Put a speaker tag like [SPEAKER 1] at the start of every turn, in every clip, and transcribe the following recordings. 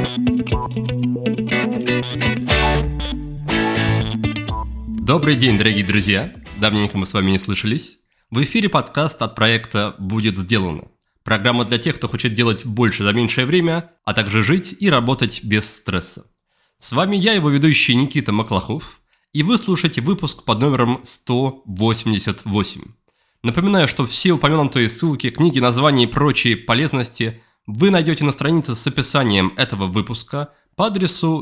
[SPEAKER 1] Добрый день, дорогие друзья! Давненько мы с вами не слышались. В эфире подкаст от проекта «Будет сделано». Программа для тех, кто хочет делать больше за меньшее время, а также жить и работать без стресса. С вами я, его ведущий Никита Маклахов, и вы слушаете выпуск под номером 188. Напоминаю, что все упомянутые ссылки, книги, названия и прочие полезности вы найдете на странице с описанием этого выпуска по адресу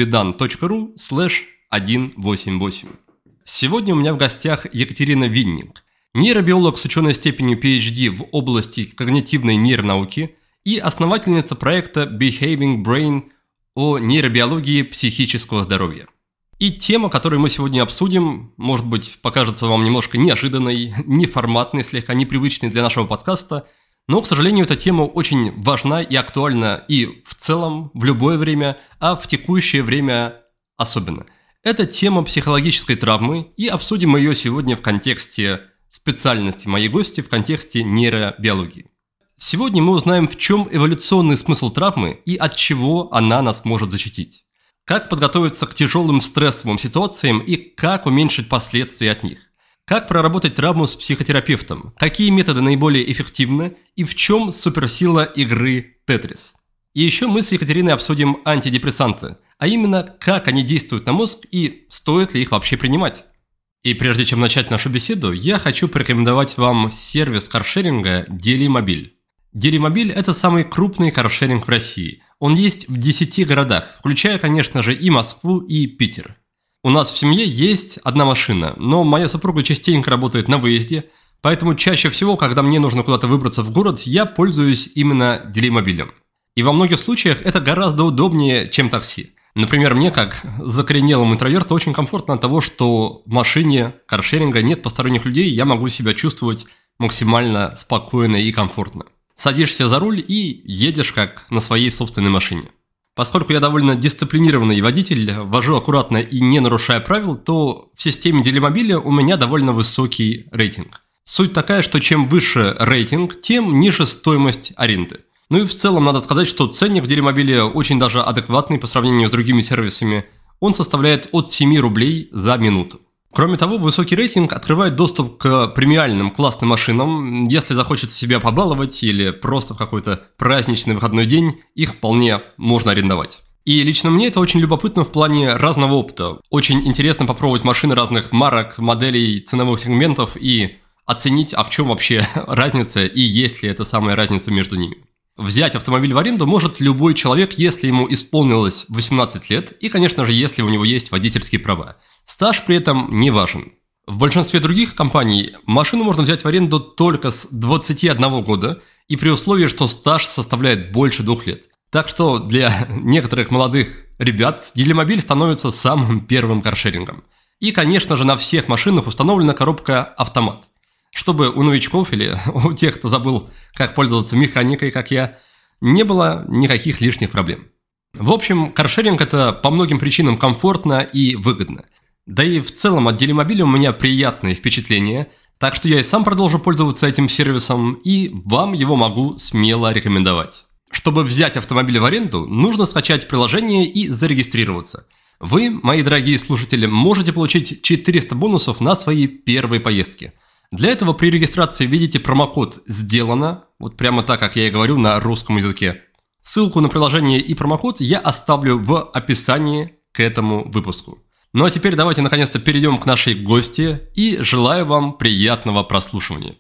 [SPEAKER 1] willbedone.ru/188. Сегодня у меня в гостях Екатерина Винник, нейробиолог с ученой степенью PhD в области когнитивной нейронауки и основательница проекта Behaving Brain о нейробиологии психического здоровья. И тема, которую мы сегодня обсудим, может быть, покажется вам немножко неожиданной, неформатной, слегка непривычной для нашего подкаста, но, к сожалению, эта тема очень важна и актуальна и в целом, в любое время, а в текущее время особенно. Это тема психологической травмы, и обсудим мы ее сегодня в контексте специальности моей гости, в контексте нейробиологии. Сегодня мы узнаем, в чем эволюционный смысл травмы и от чего она нас может защитить. Как подготовиться к тяжелым стрессовым ситуациям и как уменьшить последствия от них. Как проработать травму с психотерапевтом, какие методы наиболее эффективны и в чем суперсила игры Тетрис. И еще мы с Екатериной обсудим антидепрессанты, а именно, как они действуют на мозг и стоит ли их вообще принимать. И прежде чем начать нашу беседу, я хочу порекомендовать вам сервис каршеринга Делимобиль. Делимобиль – это самый крупный каршеринг в России. Он есть в 10 городах, включая, конечно же, и Москву, и Питер. У нас в семье есть одна машина, но моя супруга частенько работает на выезде, поэтому чаще всего, когда мне нужно куда-то выбраться в город, я пользуюсь именно Делимобилем. И во многих случаях это гораздо удобнее, чем такси. Например, мне, как закоренелому интроверту, очень комфортно от того, что в машине каршеринга нет посторонних людей, я могу себя чувствовать максимально спокойно и комфортно. Садишься за руль и едешь как на своей собственной машине. Поскольку я довольно дисциплинированный водитель, вожу аккуратно и не нарушая правил, то в системе Делимобиля у меня довольно высокий рейтинг. Суть такая, что чем выше рейтинг, тем ниже стоимость аренды. Ну и в целом надо сказать, что ценник в Делимобиле очень даже адекватный по сравнению с другими сервисами. Он составляет от 7 рублей за минуту. Кроме того, высокий рейтинг открывает доступ к премиальным классным машинам. Если захочется себя побаловать или просто в какой-то праздничный выходной день, их вполне можно арендовать. И лично мне это очень любопытно в плане разного опыта. Очень интересно попробовать машины разных марок, моделей, ценовых сегментов и оценить, а в чем вообще разница и есть ли эта самая разница между ними. Взять автомобиль в аренду может любой человек, если ему исполнилось 18 лет и, конечно же, если у него есть водительские права. Стаж при этом не важен. В большинстве других компаний машину можно взять в аренду только с 21 года и при условии, что стаж составляет больше 2 лет. Так что для некоторых молодых ребят Делимобиль становится самым первым каршерингом. И, конечно же, на всех машинах установлена коробка автомат. Чтобы у новичков или у тех, кто забыл, как пользоваться механикой, как я, не было никаких лишних проблем. В общем, каршеринг – это по многим причинам комфортно и выгодно. Да и в целом от Делимобиля у меня приятные впечатления, так что я и сам продолжу пользоваться этим сервисом, и вам его могу смело рекомендовать. Чтобы взять автомобиль в аренду, нужно скачать приложение и зарегистрироваться. Вы, мои дорогие слушатели, можете получить 400 бонусов на свои первые поездки. Для этого при регистрации введите промокод «Сделано», вот прямо так, как я и говорю на русском языке. Ссылку на приложение и промокод я оставлю в описании к этому выпуску. Ну а теперь давайте наконец-то перейдем к нашей гости и желаю вам приятного прослушивания.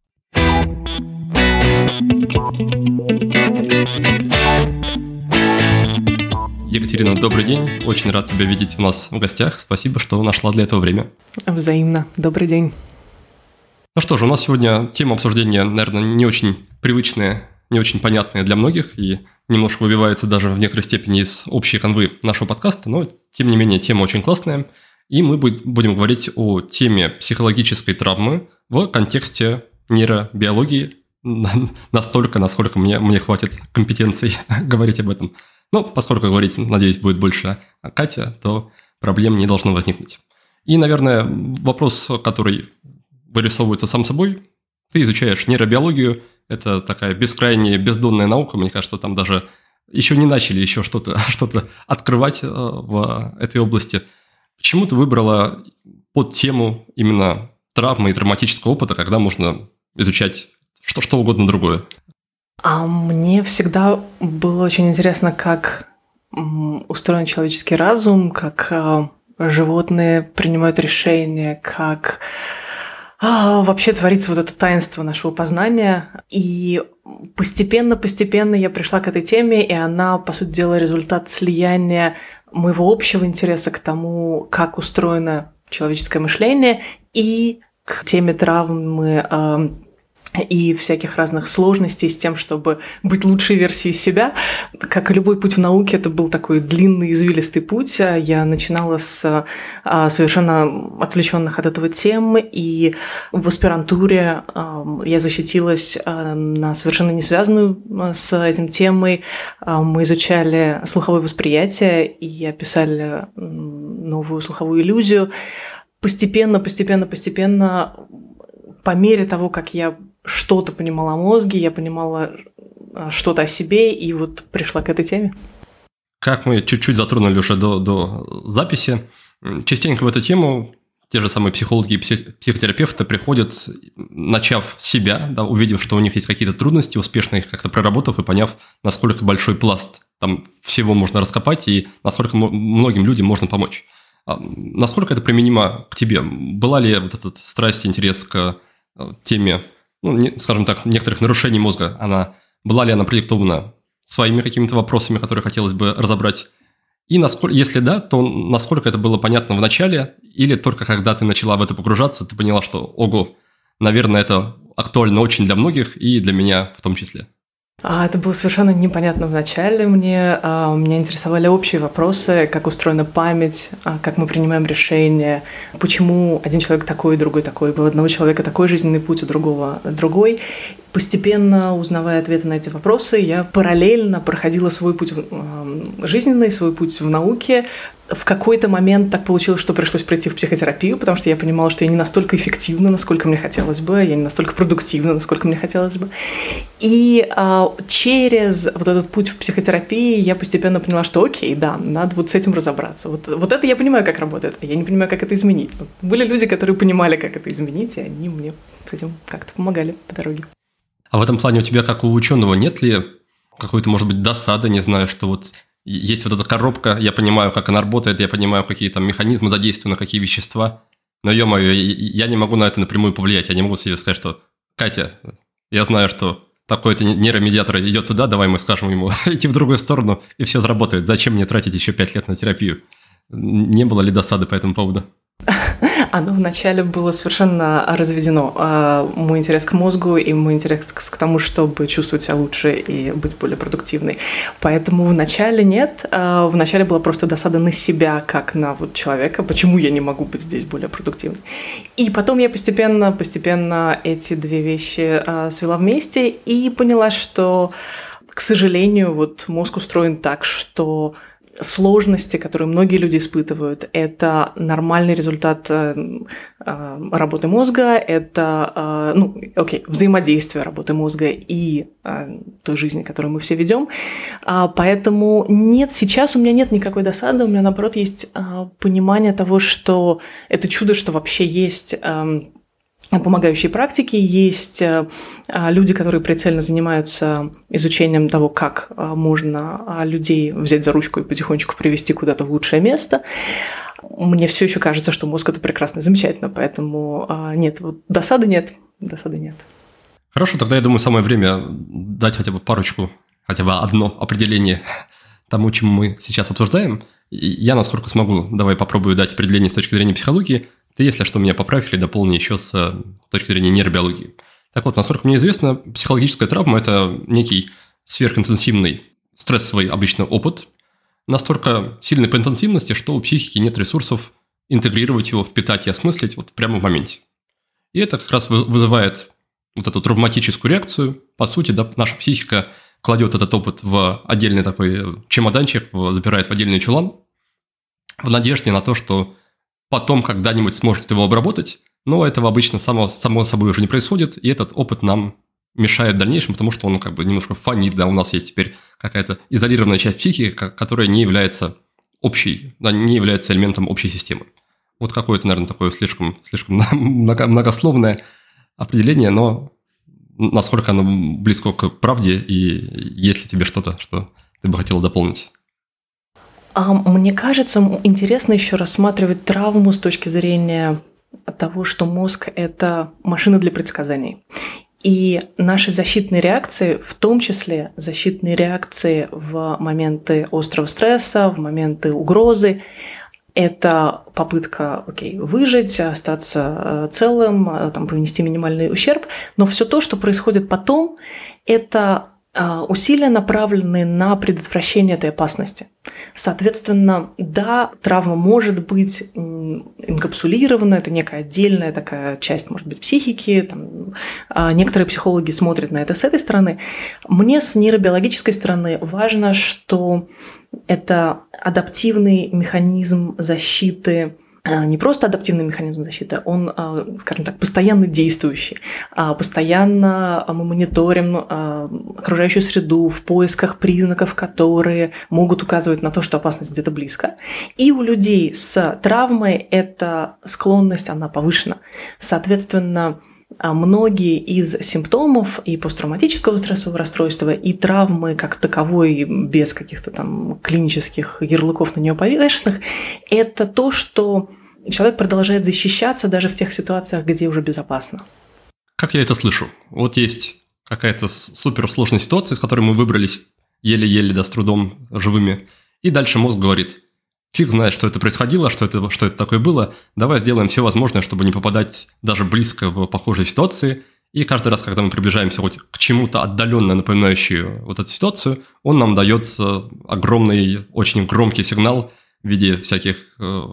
[SPEAKER 1] Екатерина, добрый день. Очень рад тебя видеть у нас в гостях. Спасибо, что нашла для этого время.
[SPEAKER 2] Взаимно. Добрый день.
[SPEAKER 1] Ну что же, у нас сегодня тема обсуждения, наверное, не очень привычная, не очень понятная для многих и немножко выбивается даже в некоторой степени из общей канвы нашего подкаста, но, тем не менее, тема очень классная. И мы будем говорить о теме психологической травмы в контексте нейробиологии настолько, насколько мне хватит компетенций говорить об этом. Но поскольку говорить, надеюсь, будет больше Катя, то проблем не должно возникнуть. И, наверное, вопрос, который вырисовывается сам собой. Ты изучаешь нейробиологию, это такая бескрайняя, бездонная наука, мне кажется, там даже еще не начали еще что-то открывать в этой области. Почему ты выбрала под тему именно травмы и травматического опыта, когда можно изучать что угодно другое?
[SPEAKER 2] Мне всегда было очень интересно, как устроен человеческий разум, как животные принимают решения, как вообще творится вот это таинство нашего познания. И постепенно я пришла к этой теме, и она, по сути дела, результат слияния моего общего интереса к тому, как устроено человеческое мышление, и к теме травмы и всяких разных сложностей с тем, чтобы быть лучшей версией себя. Как и любой путь в науке, это был такой длинный, извилистый путь. Я начинала с совершенно отвлеченных от этого тем, и в аспирантуре я защитилась на совершенно не связанную с этим темой. Мы изучали слуховое восприятие и описали новую слуховую иллюзию. Постепенно, по мере того, как я что-то понимала о мозге, я понимала что-то о себе, и вот пришла к этой теме.
[SPEAKER 1] Как мы чуть-чуть затронули уже до записи, частенько в эту тему те же самые психологи и психотерапевты приходят, начав себя, да, увидев, что у них есть какие-то трудности, успешно их как-то проработав и поняв, насколько большой пласт там всего можно раскопать и насколько многим людям можно помочь. Насколько это применимо к тебе? Была ли вот эта страсть, интерес к теме, скажем так, некоторых нарушений мозга, была ли она продиктована своими какими-то вопросами, которые хотелось бы разобрать? И если да, то насколько это было понятно в начале, или только когда ты начала в это погружаться, ты поняла, что, ого, наверное, это актуально очень для многих и для меня в том числе?
[SPEAKER 2] Это было совершенно непонятно в начале мне. Меня интересовали общие вопросы, как устроена память, как мы принимаем решения, почему один человек такой, другой такой, у одного человека такой жизненный путь, у другого другой. Постепенно, узнавая ответы на эти вопросы, я параллельно проходила свой путь жизненный, свой путь в науке. В какой-то момент так получилось, что пришлось пройти в психотерапию, потому что я понимала, что я не настолько эффективна, насколько мне хотелось бы, я не настолько продуктивна, насколько мне хотелось бы. И через вот этот путь в психотерапии я постепенно поняла, что окей, да, надо вот с этим разобраться. Вот это я понимаю, как работает, а я не понимаю, как это изменить. Были люди, которые понимали, как это изменить, и они мне с этим как-то помогали по дороге.
[SPEAKER 1] А в этом плане у тебя, как у ученого, нет ли какой-то, может быть, досады, не знаю, что вот есть вот эта коробка, я понимаю, как она работает, я понимаю, какие там механизмы задействованы, какие вещества, но, ё-моё, я не могу на это напрямую повлиять, я не могу себе сказать, что «Катя, я знаю, что такой-то нейромедиатор идет туда, давай мы скажем ему идти в другую сторону, и все заработает. Зачем мне тратить еще 5 лет на терапию?» Не было ли досады по этому поводу?
[SPEAKER 2] Оно вначале было совершенно разведено. Мой интерес к мозгу и мой интерес к тому, чтобы чувствовать себя лучше и быть более продуктивной. Поэтому вначале нет. Вначале была просто досада на себя, как на вот человека, почему я не могу быть здесь более продуктивной. И потом я постепенно эти две вещи свела вместе и поняла, что, к сожалению, вот мозг устроен так, что сложности, которые многие люди испытывают, это нормальный результат работы мозга, это взаимодействие работы мозга и той жизни, которую мы все ведем. Поэтому сейчас у меня нет никакой досады, у меня, наоборот, есть понимание того, что это чудо, что вообще есть помогающие практики, есть люди, которые прицельно занимаются изучением того, как можно людей взять за ручку и потихонечку привести куда-то в лучшее место. Мне все еще кажется, что мозг – это прекрасно, замечательно, поэтому нет, вот досады нет.
[SPEAKER 1] Хорошо, тогда я думаю, самое время дать хотя бы парочку, хотя бы одно определение тому, чем мы сейчас обсуждаем. Я, насколько смогу, давай попробую дать определение с точки зрения психологии. Ты, если что, меня поправь или дополни еще с точки зрения нейробиологии. Так вот, насколько мне известно, психологическая травма – это некий сверхинтенсивный стрессовый обычно опыт, настолько сильный по интенсивности, что у психики нет ресурсов интегрировать его, впитать и осмыслить вот прямо в моменте. И это как раз вызывает вот эту травматическую реакцию. По сути, да, наша психика кладет этот опыт в отдельный такой чемоданчик, забирает в отдельный чулан, в надежде на то, что потом когда-нибудь сможет его обработать, но этого обычно само собой уже не происходит, и этот опыт нам мешает в дальнейшем, потому что он как бы немножко фонит, да, у нас есть теперь какая-то изолированная часть психики, которая не является общей, да, не является элементом общей системы. Вот какое-то, наверное, такое слишком многословное определение, но насколько оно близко к правде, и есть ли тебе что-то, что ты бы хотела дополнить?
[SPEAKER 2] Мне кажется, интересно еще рассматривать травму с точки зрения того, что мозг – это машина для предсказаний. И наши защитные реакции, в том числе защитные реакции в моменты острого стресса, в моменты угрозы, это попытка, выжить, остаться целым, там, понести минимальный ущерб, но все то, что происходит потом, это усилия, направленные на предотвращение этой опасности. Соответственно, да, травма может быть инкапсулирована, это некая отдельная такая часть, может быть, психики. Там, некоторые психологи смотрят на это с этой стороны. Мне с нейробиологической стороны важно, что это адаптивный механизм защиты, не просто адаптивный механизм защиты, он, скажем так, постоянно действующий. Постоянно мы мониторим окружающую среду в поисках признаков, которые могут указывать на то, что опасность где-то близко. И у людей с травмой эта склонность, она повышена. Соответственно, многие из симптомов и посттравматического стрессового расстройства, и травмы как таковой, без каких-то там клинических ярлыков на нее повешенных, это то, что человек продолжает защищаться даже в тех ситуациях, где уже безопасно.
[SPEAKER 1] Как я это слышу? Вот есть какая-то суперсложная ситуация, из которой мы выбрались еле-еле, да, с трудом, живыми, и дальше мозг говорит: фиг знает, что это происходило, что это такое было, давай сделаем все возможное, чтобы не попадать даже близко в похожие ситуации. И каждый раз, когда мы приближаемся хоть к чему-то отдаленно напоминающему вот эту ситуацию, он нам дает огромный, очень громкий сигнал в виде всяких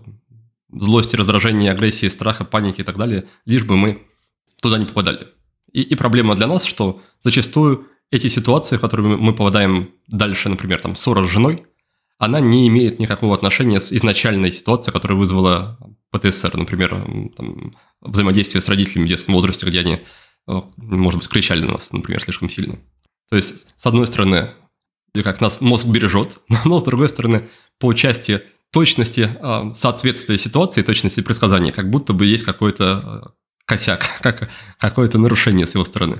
[SPEAKER 1] злости, раздражения, агрессии, страха, паники и так далее, лишь бы мы туда не попадали. И проблема для нас, что зачастую эти ситуации, в которые мы попадаем дальше, например, там, ссора с женой, она не имеет никакого отношения с изначальной ситуацией, которая вызвала ПТСР, например, там, взаимодействие с родителями в детском возрасте, где они, может быть, кричали на нас, например, слишком сильно. То есть, с одной стороны, как нас мозг бережет, но с другой стороны, по части точности соответствия ситуации, точности предсказания, как будто бы есть какой-то косяк, какое-то нарушение с его стороны.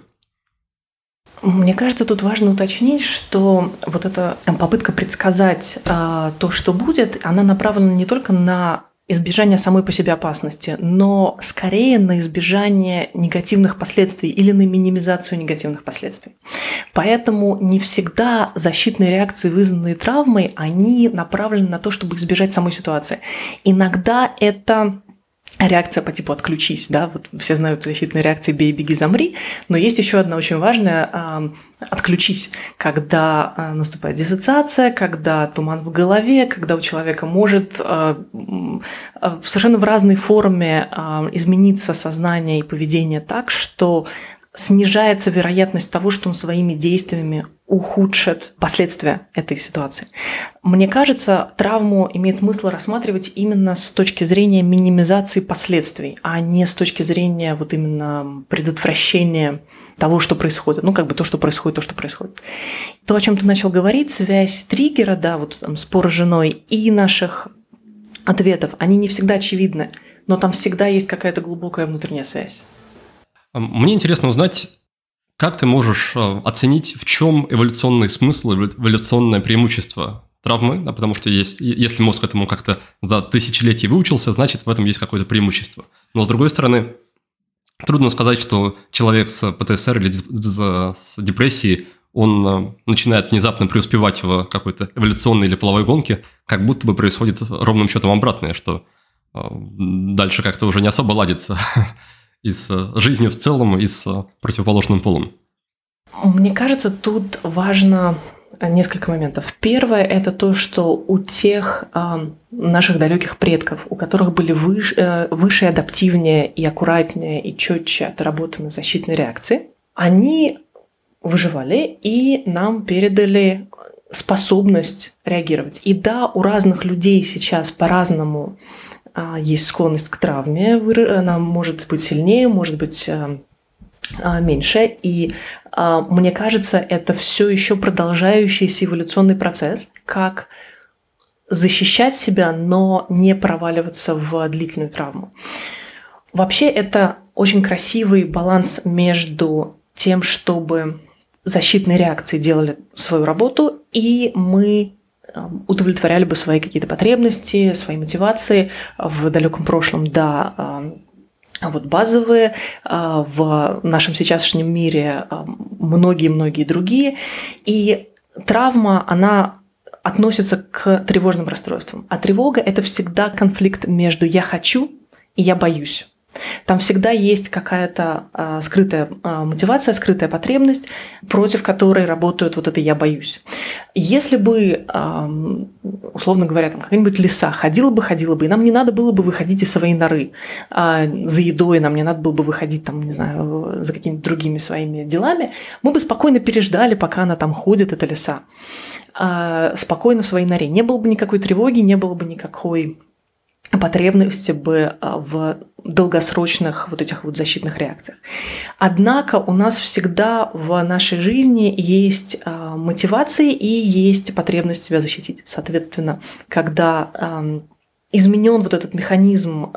[SPEAKER 2] Мне кажется, тут важно уточнить, что вот эта попытка предсказать то, что будет, она направлена не только на избежание самой по себе опасности, но скорее на избежание негативных последствий или на минимизацию негативных последствий. Поэтому не всегда защитные реакции, вызванные травмой, они направлены на то, чтобы избежать самой ситуации. Иногда это реакция по типу «отключись», да, вот все знают защитные реакции «бей, беги, замри», но есть еще одна очень важная «отключись», когда наступает диссоциация, когда туман в голове, когда у человека может совершенно в разной форме измениться сознание и поведение так, что снижается вероятность того, что он своими действиями ухудшит последствия этой ситуации. Мне кажется, травму имеет смысл рассматривать именно с точки зрения минимизации последствий, а не с точки зрения вот именно предотвращения того, что происходит. Ну, как бы то, что происходит. То, о чем ты начал говорить, связь триггера, да, вот там спор с женой и наших ответов, они не всегда очевидны, но там всегда есть какая-то глубокая внутренняя связь.
[SPEAKER 1] Мне интересно узнать, как ты можешь оценить, в чем эволюционный смысл, эволюционное преимущество травмы, да, потому что если мозг этому как-то за тысячелетия выучился, значит, в этом есть какое-то преимущество. Но, с другой стороны, трудно сказать, что человек с ПТСР или с депрессией, он начинает внезапно преуспевать в какой-то эволюционной или половой гонке, как будто бы происходит ровным счетом обратное, что дальше как-то уже не особо ладится и с жизнью в целом, и с противоположным полом.
[SPEAKER 2] Мне кажется, тут важно несколько моментов. Первое – это то, что у тех наших далеких предков, у которых были выше, адаптивнее и аккуратнее и четче отработаны защитные реакции, они выживали и нам передали способность реагировать. И да, у разных людей сейчас по-разному есть склонность к травме, она может быть сильнее, может быть меньше. И мне кажется, это все еще продолжающийся эволюционный процесс, как защищать себя, но не проваливаться в длительную травму. Вообще это очень красивый баланс между тем, чтобы защитные реакции делали свою работу, и мы удовлетворяли бы свои какие-то потребности, свои мотивации в далеком прошлом, да, вот базовые, в нашем сейчасшнем мире многие-многие другие. И травма, она относится к тревожным расстройствам. А тревога – это всегда конфликт между «я хочу» и «я боюсь». Там всегда есть какая-то скрытая мотивация, скрытая потребность, против которой работают вот это «я боюсь». Если бы, условно говоря, там какая-нибудь лиса ходила бы, и нам не надо было бы выходить из своей норы за едой, нам не надо было бы выходить, там, не знаю, за какими-то другими своими делами, мы бы спокойно переждали, пока она там ходит, эта лиса, спокойно в своей норе. Не было бы никакой тревоги, не было бы никакой потребности бы в долгосрочных вот этих вот защитных реакциях. Однако у нас всегда в нашей жизни есть мотивации и есть потребность себя защитить. Соответственно, когда изменен вот этот механизм,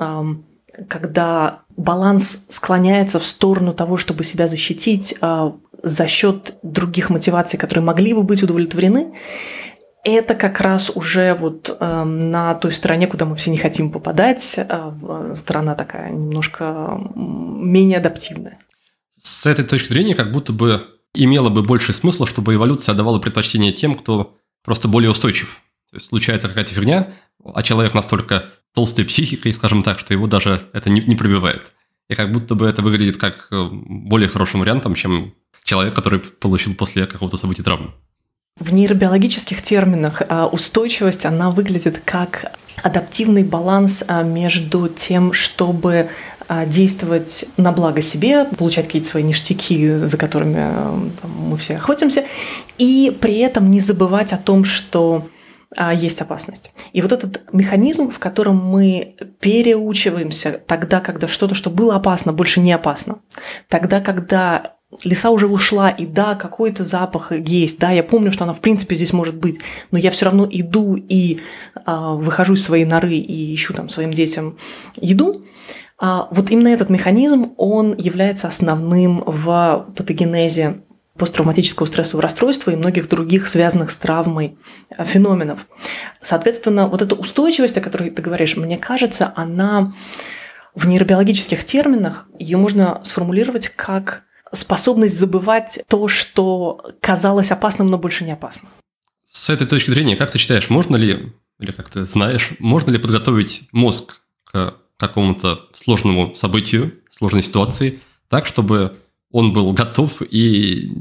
[SPEAKER 2] когда баланс склоняется в сторону того, чтобы себя защитить за счет других мотиваций, которые могли бы быть удовлетворены, это как раз уже вот на той стороне, куда мы все не хотим попадать, сторона такая немножко менее адаптивная.
[SPEAKER 1] С этой точки зрения как будто бы имело бы больше смысла, чтобы эволюция давала предпочтение тем, кто просто более устойчив. То есть случается какая-то фигня, а человек настолько толстой психикой, скажем так, что его даже это не пробивает. И как будто бы это выглядит как более хорошим вариантом, чем человек, который получил после какого-то события травму.
[SPEAKER 2] В нейробиологических терминах устойчивость, она выглядит как адаптивный баланс между тем, чтобы действовать на благо себе, получать какие-то свои ништяки, за которыми мы все охотимся, и при этом не забывать о том, что есть опасность. И вот этот механизм, в котором мы переучиваемся тогда, когда что-то, что было опасно, больше не опасно, тогда, когда лиса уже ушла, и да, какой-то запах есть, да, я помню, что она в принципе здесь может быть, но я все равно иду и выхожу из своей норы и ищу там своим детям еду. Вот именно этот механизм, он является основным в патогенезе посттравматического стрессового расстройства и многих других связанных с травмой феноменов. Соответственно, вот эта устойчивость, о которой ты говоришь, мне кажется, она в нейробиологических терминах, ее можно сформулировать как способность забывать то, что казалось опасным, но больше не опасно.
[SPEAKER 1] С этой точки зрения, как ты считаешь, можно ли, или как ты знаешь, можно ли подготовить мозг к какому-то сложному событию, сложной ситуации, так, чтобы он был готов и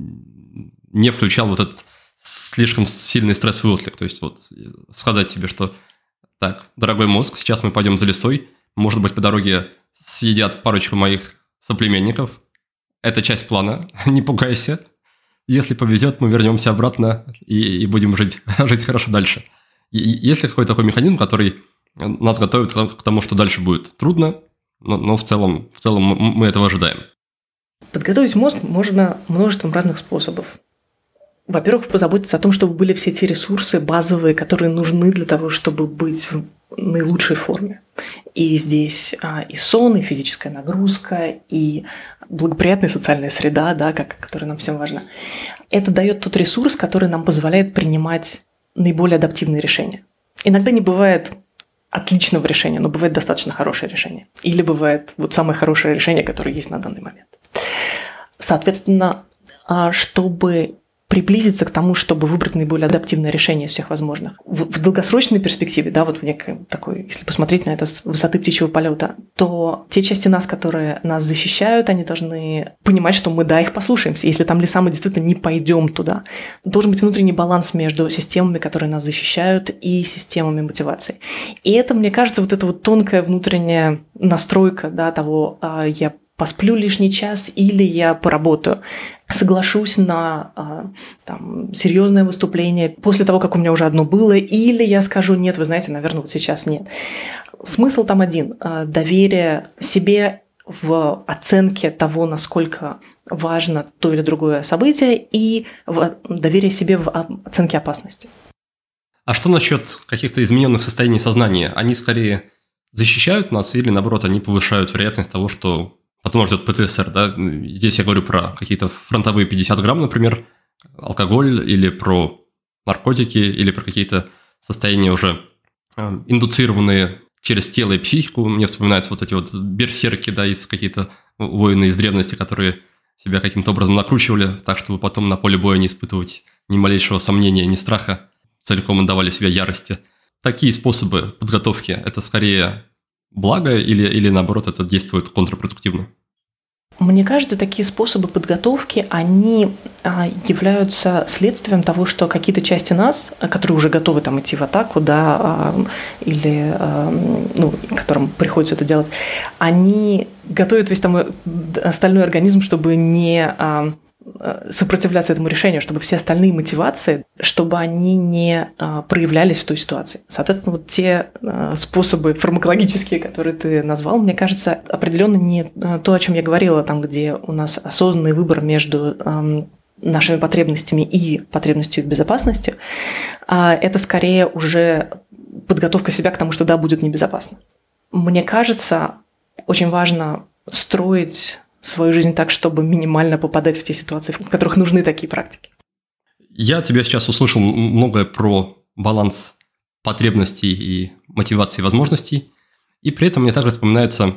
[SPEAKER 1] не включал вот этот слишком сильный стрессовый отклик? То есть вот сказать себе, что так, дорогой мозг, сейчас мы пойдем за лесой, может быть, по дороге съедят парочку моих соплеменников. Это часть плана, не пугайся. Если повезет, мы вернемся обратно и будем жить хорошо дальше. И есть ли какой-то такой механизм, который нас готовит к тому, что дальше будет трудно, но в целом мы этого ожидаем?
[SPEAKER 2] Подготовить мозг можно множеством разных способов. Во-первых, позаботиться о том, чтобы были все те ресурсы базовые, которые нужны для того, чтобы быть в наилучшей форме. И здесь и сон, и физическая нагрузка, и благоприятная социальная среда, да, которая нам всем важна. Это дает тот ресурс, который нам позволяет принимать наиболее адаптивные решения. Иногда не бывает отличного решения, но бывает достаточно хорошее решение. Или бывает вот самое хорошее решение, которое есть на данный момент. Соответственно, чтобы приблизиться к тому, чтобы выбрать наиболее адаптивное решение из всех возможных. В долгосрочной перспективе, да, вот в некой такой, если посмотреть на это с высоты птичьего полета, то те части нас, которые нас защищают, они должны понимать, что мы, да, их послушаемся. Если там леса, мы действительно не пойдем туда. Должен быть внутренний баланс между системами, которые нас защищают, и системами мотивации. И это, мне кажется, вот эта вот тонкая внутренняя настройка, да, того, я посплю лишний час или я поработаю, соглашусь на серьезное выступление после того, как у меня уже одно было, или я скажу нет, вы знаете, наверное, вот сейчас нет. Смысл там один – доверие себе в оценке того, насколько важно то или другое событие, и в доверие себе в оценке опасности.
[SPEAKER 1] А что насчет каких-то измененных состояний сознания? Они скорее защищают нас или, наоборот, они повышают вероятность того, что потом ждет ПТСР, да? Здесь я говорю про какие-то фронтовые 50 грамм, например, алкоголь, или про наркотики, или про какие-то состояния уже индуцированные через тело и психику. Мне вспоминаются вот эти вот берсерки, да, из какие-то воины из древности, которые себя каким-то образом накручивали, так, чтобы потом на поле боя не испытывать ни малейшего сомнения, ни страха, целиком отдавали себя ярости. Такие способы подготовки – это скорее благо или наоборот, это действует контрпродуктивно?
[SPEAKER 2] Мне кажется, такие способы подготовки, они являются следствием того, что какие-то части нас, которые уже готовы там идти в атаку, да, или которым приходится это делать, они готовят весь там остальной организм, чтобы не сопротивляться этому решению, чтобы все остальные мотивации, чтобы они не проявлялись в той ситуации. Соответственно, вот те способы фармакологические, которые ты назвал, мне кажется, определенно не то, о чем я говорила, там, где у нас осознанный выбор между нашими потребностями и потребностью в безопасности. Это скорее уже подготовка себя к тому, что да, будет небезопасно. Мне кажется, очень важно строить свою жизнь так, чтобы минимально попадать в те ситуации, в которых нужны такие практики.
[SPEAKER 1] Я тебя сейчас услышал многое про баланс потребностей и мотивации и возможностей, и при этом мне также вспоминается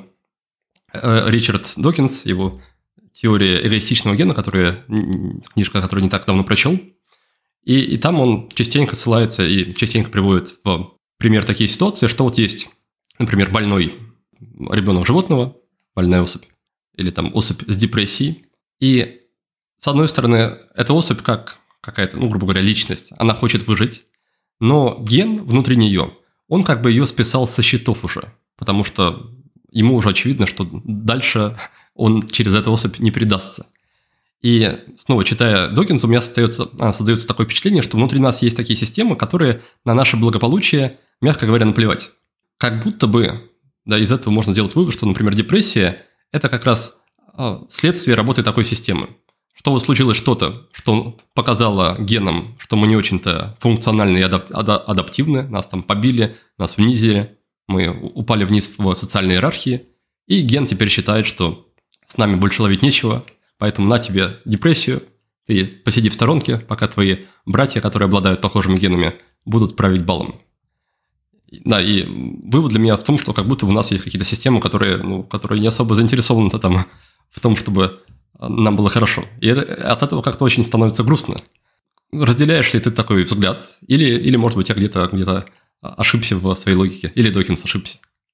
[SPEAKER 1] Ричард Докинс, его «Теория эгоистичного гена», книжка, которую не так давно прочел, и там он частенько ссылается и частенько приводит в пример такие ситуации, что вот есть, например, больной ребенок животного, больная особь, или там особь с депрессией. И, с одной стороны, эта особь как какая-то, грубо говоря, личность, она хочет выжить, но ген внутри нее, он как бы ее списал со счетов уже, потому что ему уже очевидно, что дальше он через эту особь не предастся. И снова, читая Докинса, у меня создается такое впечатление, что внутри нас есть такие системы, которые на наше благополучие, мягко говоря, наплевать. Как будто бы, да, из этого можно сделать вывод, что, например, депрессия – это как раз следствие работы такой системы. Что вот случилось что-то, что показало генам, что мы не очень-то функциональны и адаптивны, нас там побили, нас унизили, мы упали вниз в социальной иерархии, и ген теперь считает, что с нами больше ловить нечего, поэтому на тебе депрессию, ты посиди в сторонке, пока твои братья, которые обладают похожими генами, будут править балом. Да, и вывод для меня в том, что как будто у нас есть какие-то системы, которые не особо заинтересованы там, в том, чтобы нам было хорошо. И от этого как-то очень становится грустно. Разделяешь ли ты такой взгляд? Или может быть, я где-то ошибся в своей логике? Или Докинс ошибся?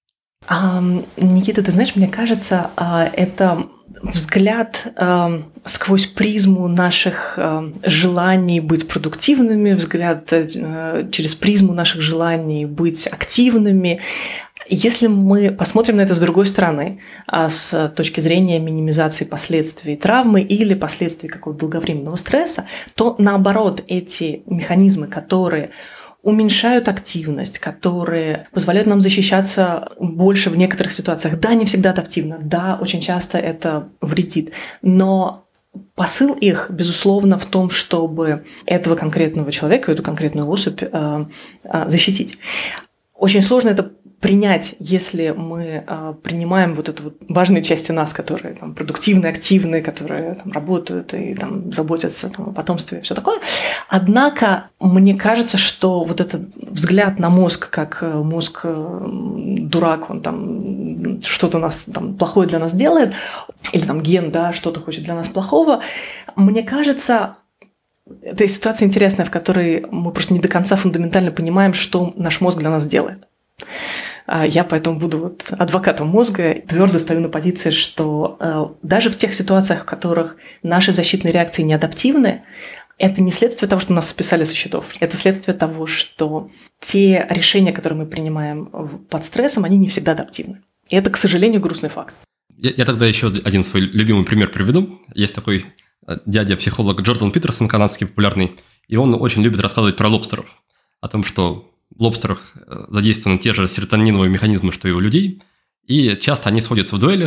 [SPEAKER 2] Никита, ты знаешь, мне кажется, это взгляд сквозь призму наших желаний быть продуктивными, взгляд через призму наших желаний быть активными. Если мы посмотрим на это с другой стороны, с точки зрения минимизации последствий травмы или последствий какого-то долговременного стресса, то наоборот, эти механизмы, которые уменьшают активность, которые позволяют нам защищаться больше в некоторых ситуациях. Да, не всегда адаптивно, да, очень часто это вредит, но посыл их, безусловно, в том, чтобы этого конкретного человека, эту конкретную особь защитить. Очень сложно это принять, если мы принимаем вот эту вот важные части нас, которые там продуктивны, активны, которые там работают и там заботятся там, о потомстве и все такое. Однако мне кажется, что вот этот взгляд на мозг, как мозг дурак, он там что-то у нас там плохое для нас делает, или там ген, да, что-то хочет для нас плохого, мне кажется, это ситуация интересная, в которой мы просто не до конца фундаментально понимаем, что наш мозг для нас делает. Я поэтому буду адвокатом мозга и твердо стою на позиции, что даже в тех ситуациях, в которых наши защитные реакции не адаптивны, это не следствие того, что нас списали со счетов. Это следствие того, что те решения, которые мы принимаем под стрессом, они не всегда адаптивны. И это, к сожалению, грустный факт.
[SPEAKER 1] Я тогда еще один свой любимый пример приведу. Есть такой дядя-психолог Джордан Питерсон, канадский популярный, и он очень любит рассказывать про лобстеров. О том, что в лобстерах задействованы те же серотониновые механизмы, что и у людей, и часто они сходятся в дуэлях,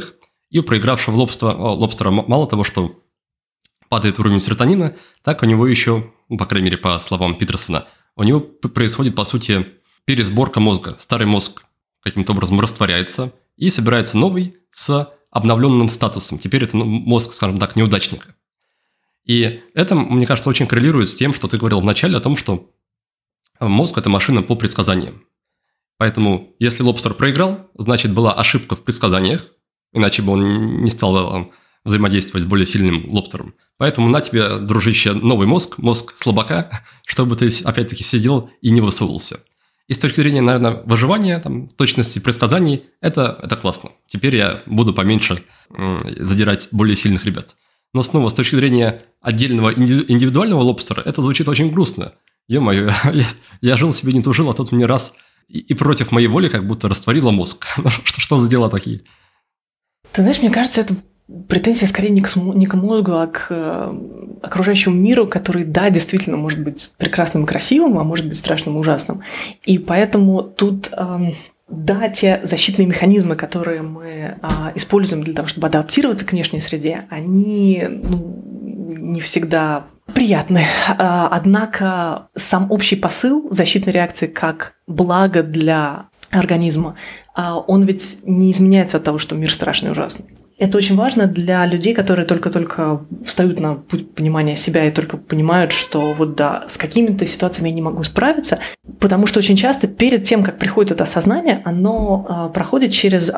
[SPEAKER 1] И у проигравшего лобстера мало того, что падает уровень серотонина, так у него еще, по крайней мере, по словам Питерсона, у него происходит, по сути, пересборка мозга. Старый мозг каким-то образом растворяется, и собирается новый с обновленным статусом. Теперь это мозг, скажем так, неудачника. И это, мне кажется, очень коррелирует с тем, что ты говорил вначале о том, что мозг – это машина по предсказаниям. Поэтому, если лобстер проиграл, значит, была ошибка в предсказаниях, иначе бы он не стал взаимодействовать с более сильным лобстером. Поэтому на тебе, дружище, новый мозг слабака, чтобы ты, опять-таки, сидел и не высовывался. И с точки зрения, наверное, выживания, точности предсказаний, это классно. Теперь я буду поменьше задирать более сильных ребят. Но снова, с точки зрения отдельного индивидуального лобстера, это звучит очень грустно. Ё-моё, я жил себе, не тужил, а тут мне раз и против моей воли как будто растворило мозг. Что за дела такие?
[SPEAKER 2] Ты знаешь, мне кажется, это претензия скорее не к мозгу, а к окружающему миру, который, да, действительно может быть прекрасным и красивым, а может быть страшным и ужасным. И поэтому тут, да, те защитные механизмы, которые мы используем для того, чтобы адаптироваться к внешней среде, они не всегда приятны. Однако сам общий посыл защитной реакции как благо для организма, он ведь не изменяется от того, что мир страшный и ужасный. Это очень важно для людей, которые только-только встают на путь понимания себя и только понимают, что вот да, с какими-то ситуациями я не могу справиться, потому что очень часто перед тем, как приходит это осознание, человек проходит через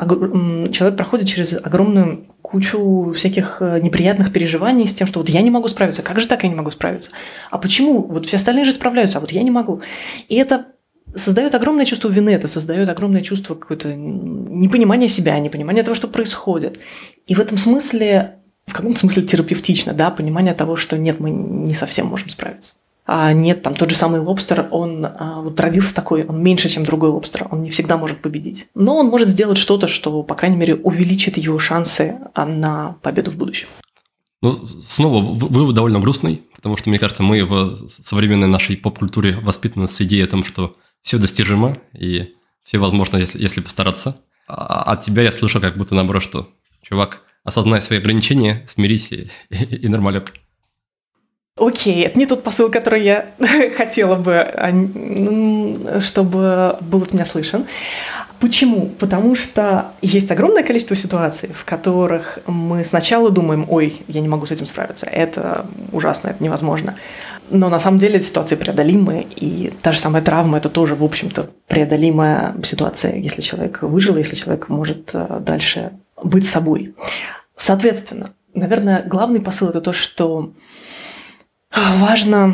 [SPEAKER 2] огромную кучу всяких неприятных переживаний с тем, что вот я не могу справиться, как же так я не могу справиться? А почему? Вот все остальные же справляются, а вот я не могу. И это создает огромное чувство вины, это создает огромное чувство какое-то непонимания себя, непонимания того, что происходит. И в этом смысле, в каком-то смысле терапевтично, да, понимание того, что нет, мы не совсем можем справиться. А нет, тот же самый лобстер, он вот родился такой, он меньше, чем другой лобстер, он не всегда может победить. Но он может сделать что-то, что, по крайней мере, увеличит его шансы на победу в будущем.
[SPEAKER 1] Снова вывод довольно грустный, потому что, мне кажется, мы в современной нашей поп-культуре воспитаны с идеей о том, что все достижимо и все возможно, если постараться. А от тебя я слышу как будто наоборот, что, чувак, осознай свои ограничения, смирись и нормалек.
[SPEAKER 2] Окей, это не тот посыл, который я хотела бы, чтобы был от меня слышен. Почему? Потому что есть огромное количество ситуаций, в которых мы сначала думаем, ой, я не могу с этим справиться, это ужасно, это невозможно. Но на самом деле эти ситуации преодолимые, и та же самая травма – это тоже, в общем-то, преодолимая ситуация, если человек выжил, если человек может дальше быть собой. Соответственно, наверное, главный посыл – это то, что важно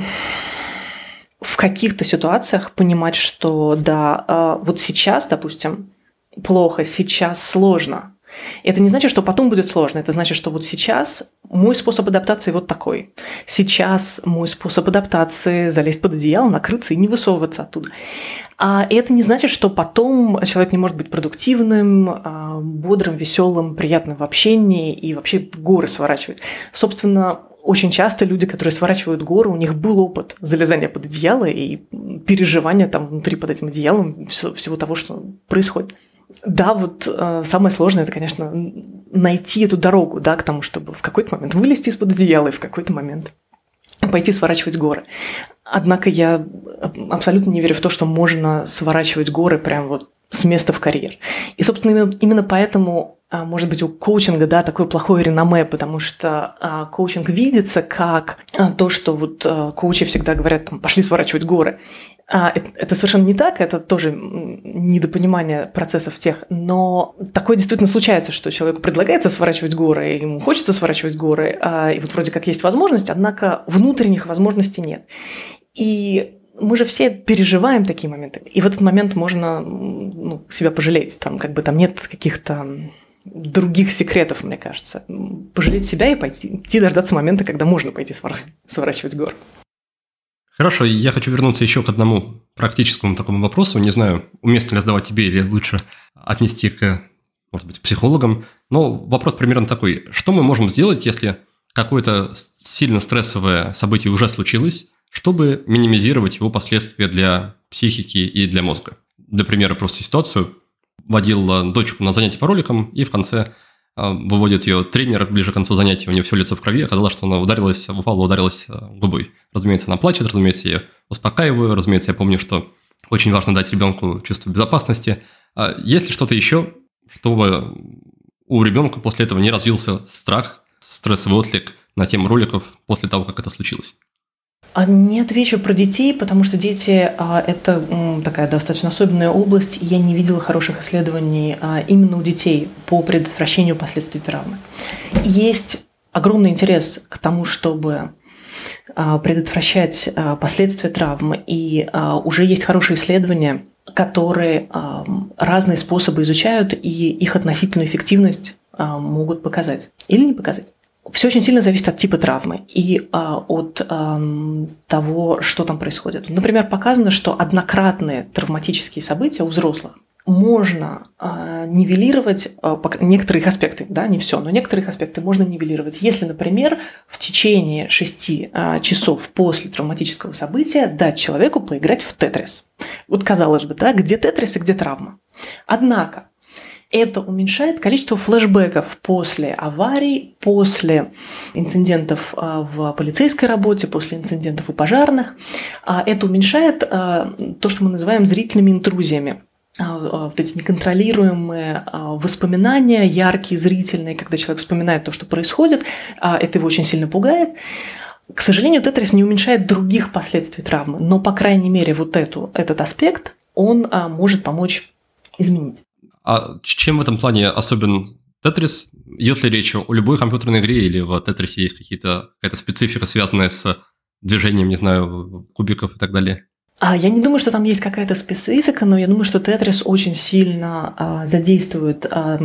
[SPEAKER 2] в каких-то ситуациях понимать, что да, вот сейчас, допустим, плохо, сейчас сложно. Это не значит, что потом будет сложно. Это значит, что вот сейчас мой способ адаптации вот такой. Сейчас мой способ адаптации – залезть под одеяло, накрыться и не высовываться оттуда. И это не значит, что потом человек не может быть продуктивным, бодрым, веселым, приятным в общении и вообще горы сворачивать. Собственно, очень часто люди, которые сворачивают горы, у них был опыт залезания под одеяло и переживания там внутри под этим одеялом всего того, что происходит. Да, вот самое сложное – это, конечно, найти эту дорогу, да, к тому, чтобы в какой-то момент вылезти из-под одеяла и в какой-то момент пойти сворачивать горы. Однако я абсолютно не верю в то, что можно сворачивать горы прям вот с места в карьер. И, собственно, именно поэтому, может быть, у коучинга, да, такое плохое реноме, потому что коучинг видится как то, что вот коучи всегда говорят, там, пошли сворачивать горы. Это совершенно не так, это тоже недопонимание процессов тех, но такое действительно случается, что человеку предлагается сворачивать горы, ему хочется сворачивать горы, и вот вроде как есть возможность, однако внутренних возможностей нет. И мы же все переживаем такие моменты, и в этот момент можно себя пожалеть, там нет каких-то других секретов, мне кажется. Пожалеть себя и пойти дождаться момента, когда можно пойти сворачивать горы.
[SPEAKER 1] Хорошо, я хочу вернуться еще к одному практическому такому вопросу. Не знаю, уместно ли задавать тебе или лучше отнести к, может быть, психологам. Но вопрос примерно такой. Что мы можем сделать, если какое-то сильно стрессовое событие уже случилось, чтобы минимизировать его последствия для психики и для мозга? Для примера, просто ситуацию. Водил дочку на занятие по роликам и в конце выводит ее тренер ближе к концу занятия, у нее все лицо в крови, оказалось, что она ударилась губой. Разумеется, она плачет, разумеется, я ее успокаиваю, разумеется, я помню, что очень важно дать ребенку чувство безопасности. Есть ли что-то еще, чтобы у ребенка после этого не развился страх, стрессовый отклик на тему роликов после того, как это случилось?
[SPEAKER 2] Не отвечу про детей, потому что дети – это такая достаточно особенная область, и я не видела хороших исследований именно у детей по предотвращению последствий травмы. Есть огромный интерес к тому, чтобы предотвращать последствия травмы, и уже есть хорошие исследования, которые разные способы изучают, и их относительную эффективность могут показать или не показать. Все очень сильно зависит от типа травмы и от того, что там происходит. Например, показано, что однократные травматические события у взрослых можно нивелировать некоторые их аспекты, да, не все, но некоторые их аспекты можно нивелировать. Если, например, в течение 6 часов после травматического события дать человеку поиграть в тетрис. Вот казалось бы, да, где тетрис и где травма. Однако это уменьшает количество флешбеков после аварий, после инцидентов в полицейской работе, после инцидентов у пожарных. Это уменьшает то, что мы называем зрительными интрузиями. Вот эти неконтролируемые воспоминания, яркие, зрительные, когда человек вспоминает то, что происходит, это его очень сильно пугает. К сожалению, тетрис не уменьшает других последствий травмы, но, по крайней мере, вот этот аспект, он может помочь изменить.
[SPEAKER 1] А чем в этом плане особен тетрис? Идет ли речь о любой компьютерной игре или в тетрисе есть какая-то специфика, связанная с движением, не знаю, кубиков и так далее?
[SPEAKER 2] Я не думаю, что там есть какая-то специфика, но я думаю, что тетрис очень сильно задействует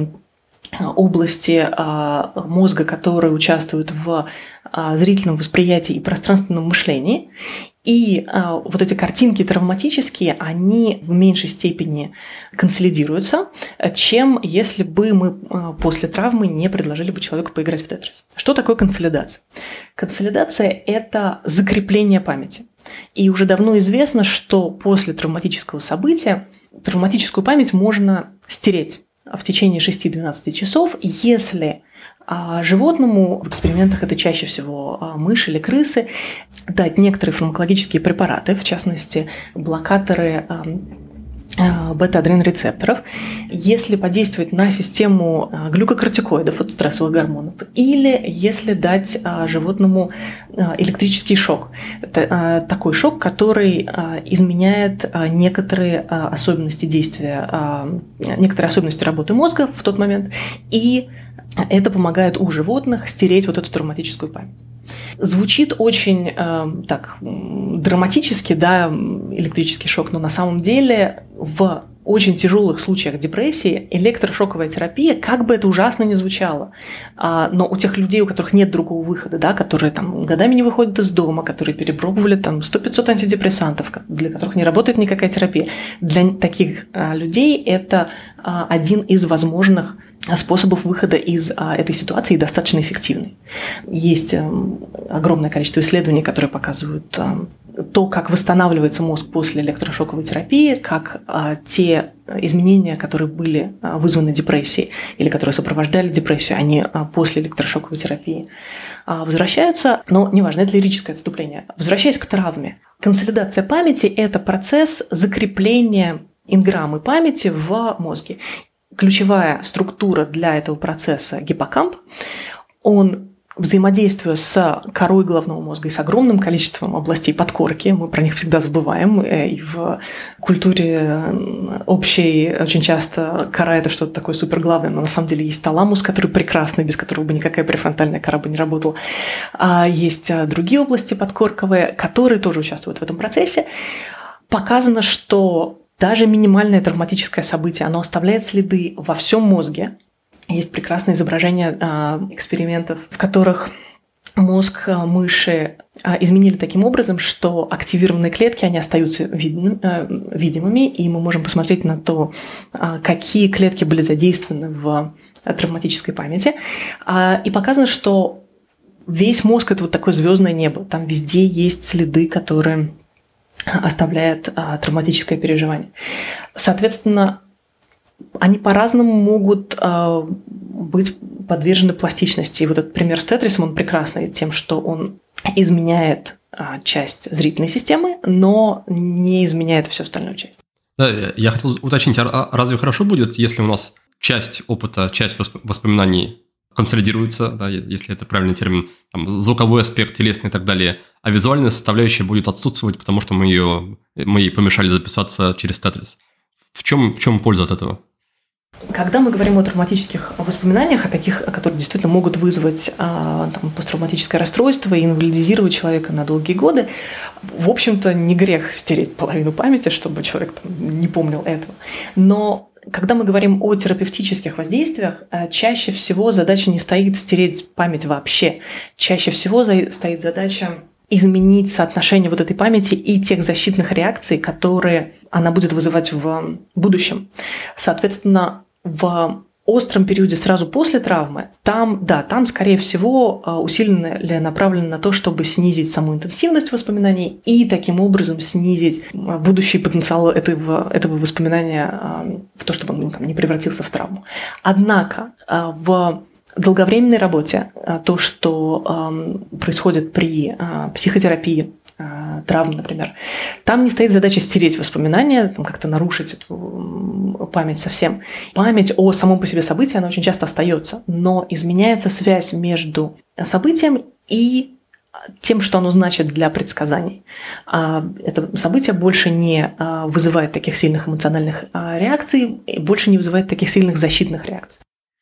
[SPEAKER 2] области мозга, которые участвуют в зрительном восприятии и пространственном мышлении. И вот эти картинки травматические, они в меньшей степени консолидируются, чем если бы мы после травмы не предложили бы человеку поиграть в тетрис. Что такое консолидация? Консолидация – это закрепление памяти. И уже давно известно, что после травматического события травматическую память можно стереть в течение 6-12 часов, если животному, в экспериментах это чаще всего мыши или крысы, дать некоторые фармакологические препараты, в частности, блокаторы бета-адренорецепторов, если подействовать на систему глюкокортикоидов, от стрессовых гормонов, или если дать животному электрический шок. Это такой шок, который изменяет некоторые особенности действия, некоторые особенности работы мозга в тот момент, и это помогает у животных стереть вот эту травматическую память. Звучит очень так драматически, да, электрический шок, но на самом деле в очень тяжелых случаях депрессии электрошоковая терапия, как бы это ужасно ни звучало, но у тех людей, у которых нет другого выхода, да, которые там годами не выходят из дома, которые перепробовали там 100-500 антидепрессантов, для которых не работает никакая терапия, для таких людей это один из возможных способов выхода из этой ситуации достаточно эффективный. Есть огромное количество исследований, которые показывают то, как восстанавливается мозг после электрошоковой терапии, как те изменения, которые были вызваны депрессией или которые сопровождали депрессию, они после электрошоковой терапии возвращаются. Но неважно, это лирическое отступление. Возвращаясь к травме. Консолидация памяти – это процесс закрепления энграммы памяти в мозге. Ключевая структура для этого процесса – гиппокамп. Он, взаимодействуя с корой головного мозга и с огромным количеством областей подкорки, мы про них всегда забываем, и в культуре общей очень часто кора – это что-то такое суперглавное, но на самом деле есть таламус, который прекрасный, без которого бы никакая префронтальная кора бы не работала. А есть другие области подкорковые, которые тоже участвуют в этом процессе. Показано, что даже минимальное травматическое событие, оно оставляет следы во всем мозге. Есть прекрасные изображения экспериментов, в которых мозг мыши изменили таким образом, что активированные клетки, они остаются видимыми, и мы можем посмотреть на то, какие клетки были задействованы в травматической памяти. И показано, что весь мозг – это вот такое звездное небо. Там везде есть следы, которые оставляет травматическое переживание. Соответственно, они по-разному могут быть подвержены пластичности. И вот этот пример с Тетрисом, он прекрасный тем, что он изменяет часть зрительной системы, но не изменяет всю остальную часть.
[SPEAKER 1] Да, я хотел уточнить, а разве хорошо будет, если у нас часть опыта, часть воспоминаний консолидируется, да, если это правильный термин, там, звуковой аспект, телесный и так далее, а визуальная составляющая будет отсутствовать, потому что мы ей помешали записаться через Тетрис. В чем польза от этого?
[SPEAKER 2] Когда мы говорим о травматических воспоминаниях, о таких, которые действительно могут вызвать посттравматическое расстройство и инвалидизировать человека на долгие годы, в общем-то, не грех стереть половину памяти, чтобы человек не помнил этого. Но когда мы говорим о терапевтических воздействиях, чаще всего задача не стоит стереть память вообще. Чаще всего стоит задача изменить соотношение вот этой памяти и тех защитных реакций, которые она будет вызывать в будущем. Соответственно, в остром периоде сразу после травмы, там, скорее всего, усиленно направлено на то, чтобы снизить саму интенсивность воспоминаний и таким образом снизить будущий потенциал этого воспоминания в то, чтобы он не превратился в травму. Однако в долговременной работе то, что происходит при психотерапии, травм, например, там не стоит задача стереть воспоминания, как-то нарушить эту память совсем. Память о самом по себе событии, она очень часто остается, но изменяется связь между событием и тем, что оно значит для предсказаний. Это событие больше не вызывает таких сильных эмоциональных реакций, больше не вызывает таких сильных защитных реакций.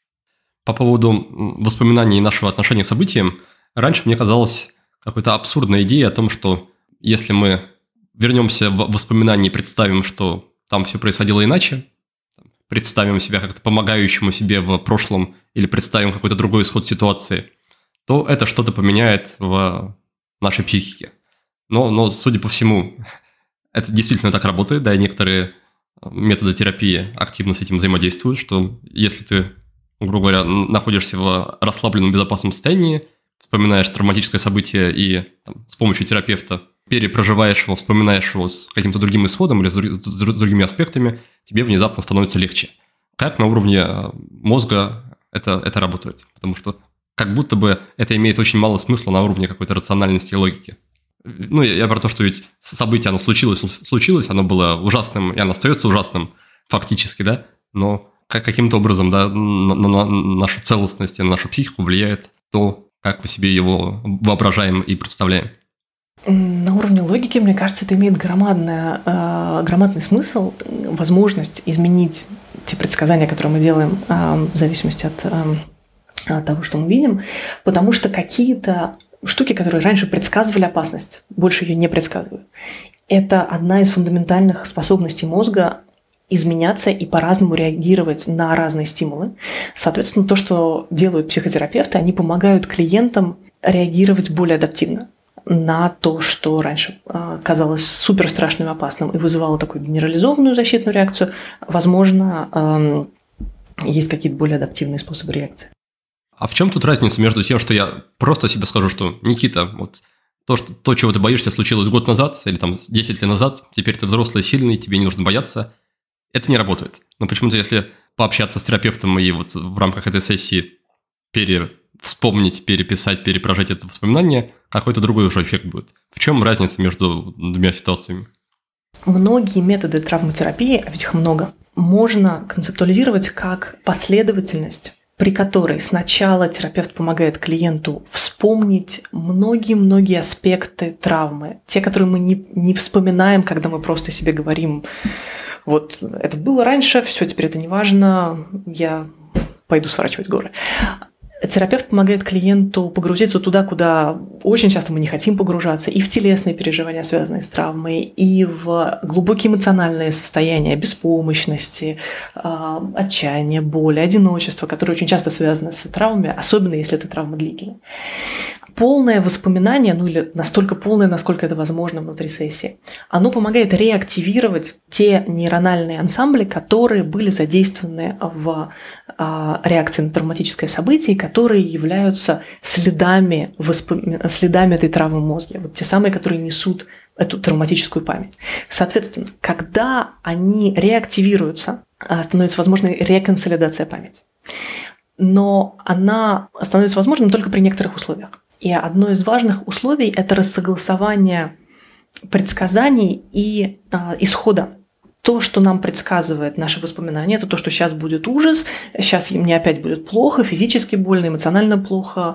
[SPEAKER 1] По поводу воспоминаний и нашего отношения к событиям, раньше мне казалось какой-то абсурдной идеей о том, что если мы вернемся в воспоминания и представим, что там все происходило иначе, представим себя как-то помогающему себе в прошлом или представим какой-то другой исход ситуации, то это что-то поменяет в нашей психике. Но судя по всему, это действительно так работает, да, и некоторые методы терапии активно с этим взаимодействуют, что если ты, грубо говоря, находишься в расслабленном, безопасном состоянии, вспоминаешь травматическое событие и с помощью терапевта перепроживаешь его, вспоминаешь его с каким-то другим исходом или с другими аспектами, тебе внезапно становится легче. Как на уровне мозга это работает? Потому что как будто бы это имеет очень мало смысла на уровне какой-то рациональности и логики. Ну, я про то, что ведь событие, оно случилось, оно было ужасным, и оно остается ужасным фактически, да, но каким-то образом, да, на нашу целостность и на нашу психику влияет то, как мы себе его воображаем и представляем.
[SPEAKER 2] На уровне логики, мне кажется, это имеет громадный смысл, возможность изменить те предсказания, которые мы делаем в зависимости от того, что мы видим, потому что какие-то штуки, которые раньше предсказывали опасность, больше ее не предсказывают. Это одна из фундаментальных способностей мозга изменяться и по-разному реагировать на разные стимулы. Соответственно, то, что делают психотерапевты, они помогают клиентам реагировать более адаптивно на то, что раньше казалось супер страшным и опасным и вызывало такую генерализованную защитную реакцию. Возможно, есть какие-то более адаптивные способы реакции.
[SPEAKER 1] А в чем тут разница между тем, что я просто себе скажу, что Никита, вот то, чего ты боишься, случилось год назад или там 10 лет назад, теперь ты взрослый, сильный, тебе не нужно бояться, это не работает. Но почему-то, если пообщаться с терапевтом и вот в рамках этой сессии вспомнить, переписать, перепрожить это воспоминание, какой-то другой уже эффект будет. В чем разница между двумя ситуациями?
[SPEAKER 2] Многие методы травматерапии, а ведь их много, можно концептуализировать как последовательность, при которой сначала терапевт помогает клиенту вспомнить многие-многие аспекты травмы, те, которые мы не вспоминаем, когда мы просто себе говорим: вот это было раньше, все, теперь это не важно, я пойду сворачивать горы. Терапевт помогает клиенту погрузиться туда, куда очень часто мы не хотим погружаться, и в телесные переживания, связанные с травмой, и в глубокие эмоциональные состояния беспомощности, отчаяния, боли, одиночества, которые очень часто связаны с травмами, особенно если эта травма длительная. Полное воспоминание, или настолько полное, насколько это возможно внутри сессии, оно помогает реактивировать те нейрональные ансамбли, которые были задействованы в реакции на травматическое событие, которые являются следами этой травмы в мозге. Вот те самые, которые несут эту травматическую память. Соответственно, когда они реактивируются, становится возможной реконсолидация памяти. но она становится возможной только при некоторых условиях. И одно из важных условий – это рассогласование предсказаний и исхода. То, что нам предсказывает наши воспоминания, это то, что сейчас будет ужас, сейчас мне опять будет плохо, физически больно, эмоционально плохо.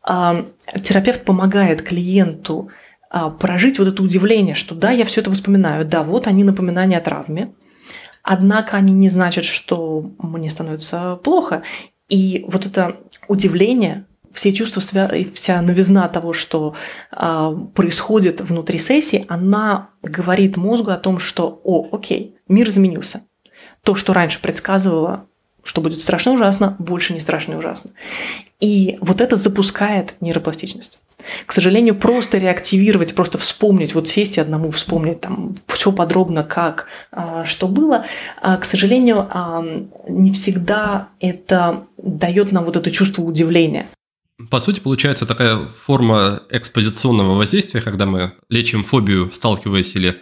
[SPEAKER 2] Терапевт помогает клиенту прожить вот это удивление, что да, я все это вспоминаю, да, вот они напоминания о травме, однако они не значат, что мне становится плохо. И вот это удивление, все чувства, вся новизна того, что происходит внутри сессии, она говорит мозгу о том, что окей, мир изменился. То, что раньше предсказывало, что будет страшно и ужасно, больше не страшно и ужасно. И вот это запускает нейропластичность. К сожалению, просто реактивировать, просто вспомнить, вот сесть и одному вспомнить там все подробно, как, что было, к сожалению, не всегда это дает нам вот это чувство удивления.
[SPEAKER 1] По сути, получается такая форма экспозиционного воздействия, когда мы лечим фобию, сталкиваясь или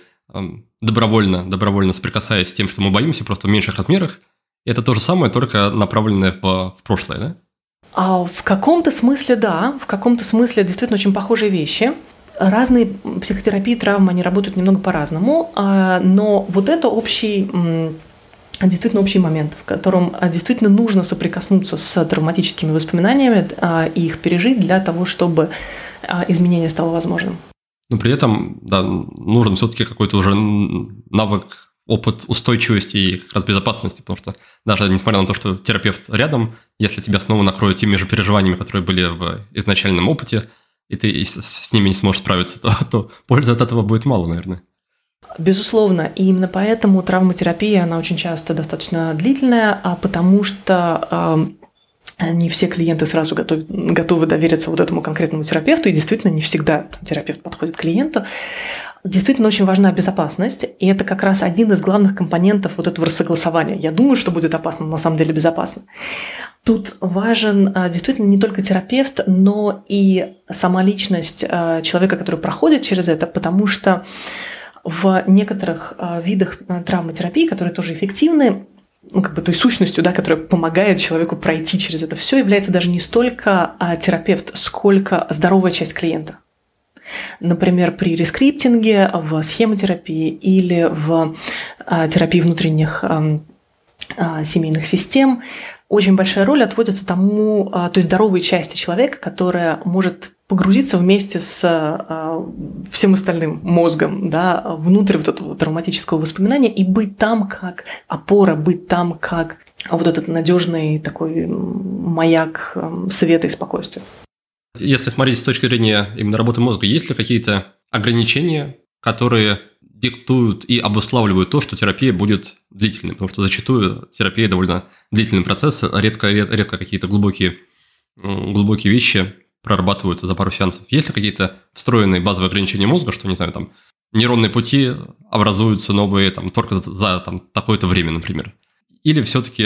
[SPEAKER 1] добровольно соприкасаясь с тем, что мы боимся, просто в меньших размерах. Это то же самое, только направленное в прошлое, да?
[SPEAKER 2] В каком-то смысле, да, в каком-то смысле действительно очень похожие вещи. Разные психотерапии, травмы, они работают немного по-разному, но вот это действительно общий момент, в котором действительно нужно соприкоснуться с травматическими воспоминаниями и их пережить для того, чтобы изменение стало возможным.
[SPEAKER 1] Но при этом, да, нужен все-таки какой-то уже навык, опыт устойчивости и как раз безопасности, потому что даже несмотря на то, что терапевт рядом, если тебя снова накроют теми же переживаниями, которые были в изначальном опыте, и ты с ними не сможешь справиться, то пользы от этого будет мало, наверное.
[SPEAKER 2] Безусловно, и именно поэтому травматерапия, она очень часто достаточно длительная, потому что не все клиенты сразу готовы довериться вот этому конкретному терапевту, и действительно не всегда терапевт подходит к клиенту. Действительно очень важна безопасность, и это как раз один из главных компонентов вот этого рассогласования. Я думаю, что будет опасно, но на самом деле безопасно. Тут важен действительно не только терапевт, но и сама личность человека, который проходит через это, потому что в некоторых видах травматерапии, которые тоже эффективны, той сущностью, да, которая помогает человеку пройти через это все, является даже не столько терапевт, сколько здоровая часть клиента. Например, при рескриптинге, в схемотерапии или в терапии внутренних семейных систем очень большая роль отводится той здоровой части человека, которая может погрузиться вместе с всем остальным мозгом, да, внутрь вот этого травматического воспоминания и быть там как опора, быть там как вот этот надежный такой маяк света и спокойствия.
[SPEAKER 1] Если смотреть с точки зрения именно работы мозга, есть ли какие-то ограничения, которые диктуют и обуславливают то, что терапия будет длительной? Потому что зачастую терапия довольно длительный процесс, редко какие-то глубокие вещи прорабатываются за пару сеансов. Есть ли какие-то встроенные базовые ограничения мозга, что, не знаю, там, нейронные пути образуются новые только за такое-то время, например? Или все-таки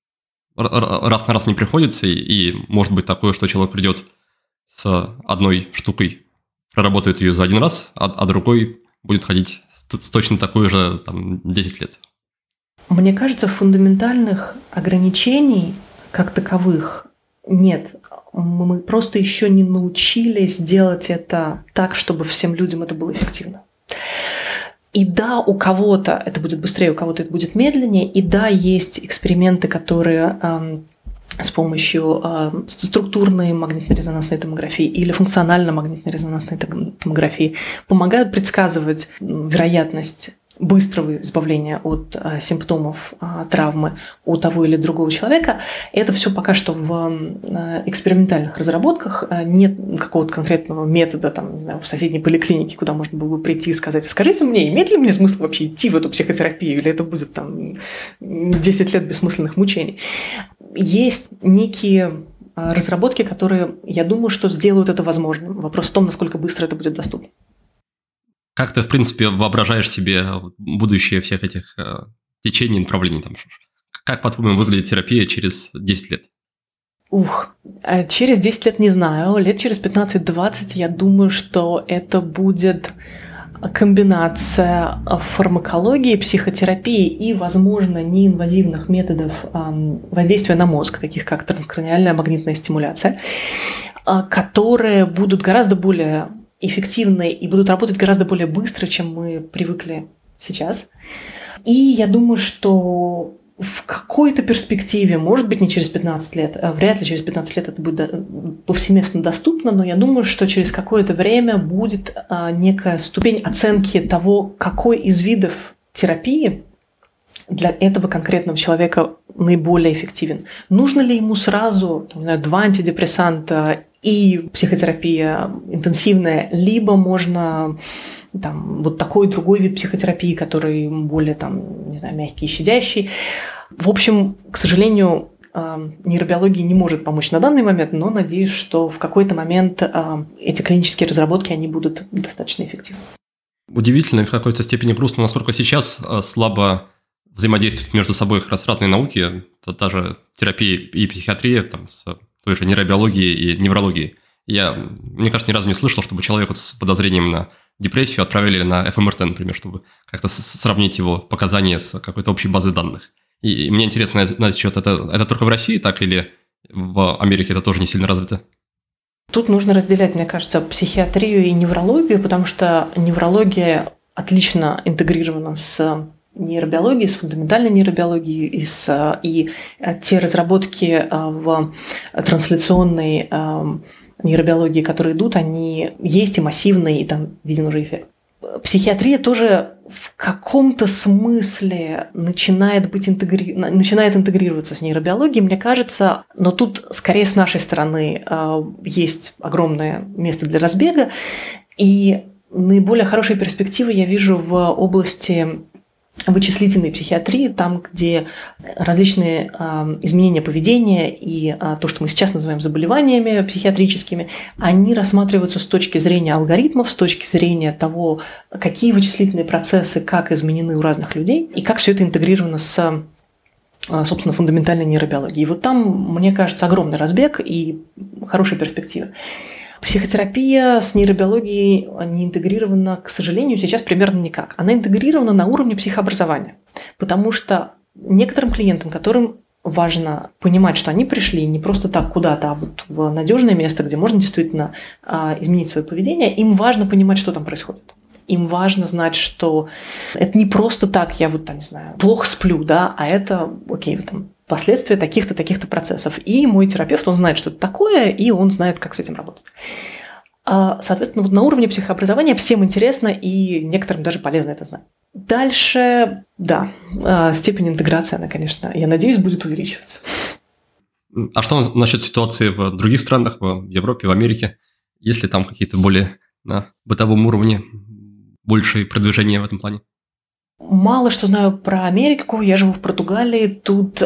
[SPEAKER 1] раз на раз не приходится, и может быть такое, что человек придет с одной штукой, проработает ее за один раз, а другой будет ходить с точно такой же 10 лет?
[SPEAKER 2] Мне кажется, фундаментальных ограничений как таковых нет. Мы просто еще не научились делать это так, чтобы всем людям это было эффективно. И да, у кого-то это будет быстрее, у кого-то это будет медленнее. И да, есть эксперименты, которые с помощью структурной магнитно-резонансной томографии или функционально-магнитно-резонансной томографии помогают предсказывать вероятность быстрого избавления от симптомов травмы у того или другого человека. Это все пока что в экспериментальных разработках. Нет какого-то конкретного метода не знаю, в соседней поликлинике, куда можно было бы прийти и сказать: скажите мне, имеет ли мне смысл вообще идти в эту психотерапию, или это будет 10 лет бессмысленных мучений. Есть некие разработки, которые, я думаю, что сделают это возможным. Вопрос в том, насколько быстро это будет доступно.
[SPEAKER 1] Как ты, в принципе, воображаешь себе будущее всех этих течений, направлений? Как, по-твоему, выглядит терапия через 10 лет?
[SPEAKER 2] Через 10 лет не знаю. Лет через 15-20 я думаю, что это будет комбинация фармакологии, психотерапии и, возможно, неинвазивных методов воздействия на мозг, таких как транскраниальная магнитная стимуляция, которые будут гораздо более эффективны и будут работать гораздо более быстро, чем мы привыкли сейчас. И я думаю, что в какой-то перспективе, может быть, не через 15 лет, вряд ли через 15 лет это будет повсеместно доступно, но я думаю, что через какое-то время будет некая ступень оценки того, какой из видов терапии для этого конкретного человека наиболее эффективен. Нужно ли ему сразу 2 антидепрессанта и психотерапия интенсивная, либо можно вот такой другой вид психотерапии, который более мягкий и щадящий. В общем, к сожалению, нейробиология не может помочь на данный момент, но надеюсь, что в какой-то момент эти клинические разработки они будут достаточно эффективны.
[SPEAKER 1] Удивительно и в какой-то степени грустно, насколько сейчас слабо взаимодействуют между собой как раз разные науки, та же терапия и психиатрия с той же нейробиологией и неврологией. Мне кажется, ни разу не слышал, чтобы человека с подозрением на депрессию отправили на ФМРТ, например, чтобы как-то сравнить его показания с какой-то общей базой данных. И мне интересно на этот счет, это только в России так или в Америке это тоже не сильно развито?
[SPEAKER 2] Тут нужно разделять, мне кажется, психиатрию и неврологию, потому что неврология отлично интегрирована с нейробиологией, с фундаментальной нейробиологией, и те разработки в трансляционной нейробиологии, которые идут, они есть и массивные, и там виден уже эффект. Психиатрия тоже в каком-то смысле начинает интегрироваться с нейробиологией, мне кажется, но тут скорее с нашей стороны есть огромное место для разбега, и наиболее хорошие перспективы я вижу в области вычислительной психиатрии, там, где различные изменения поведения и то, что мы сейчас называем заболеваниями психиатрическими, они рассматриваются с точки зрения алгоритмов, с точки зрения того, какие вычислительные процессы, как изменены у разных людей, и как все это интегрировано с, собственно, фундаментальной нейробиологией. И вот там, мне кажется, огромный разбег и хорошие перспективы. Психотерапия с нейробиологией не интегрирована, к сожалению, сейчас примерно никак. Она интегрирована на уровне психообразования, потому что некоторым клиентам, которым важно понимать, что они пришли не просто так куда-то, а вот в надежное место, где можно действительно изменить свое поведение, им важно понимать, что там происходит. Им важно знать, что это не просто так, я плохо сплю, да, а это, последствия таких-то процессов. И мой терапевт, он знает, что это такое, и он знает, как с этим работать. Соответственно, вот на уровне психообразования всем интересно, и некоторым даже полезно это знать. Дальше, да, степень интеграции, она, конечно, я надеюсь, будет увеличиваться.
[SPEAKER 1] А что насчет ситуации в других странах, в Европе, в Америке? Есть ли там какие-то более на бытовом уровне большее продвижение в этом плане?
[SPEAKER 2] Мало что знаю про Америку. Я живу в Португалии. Тут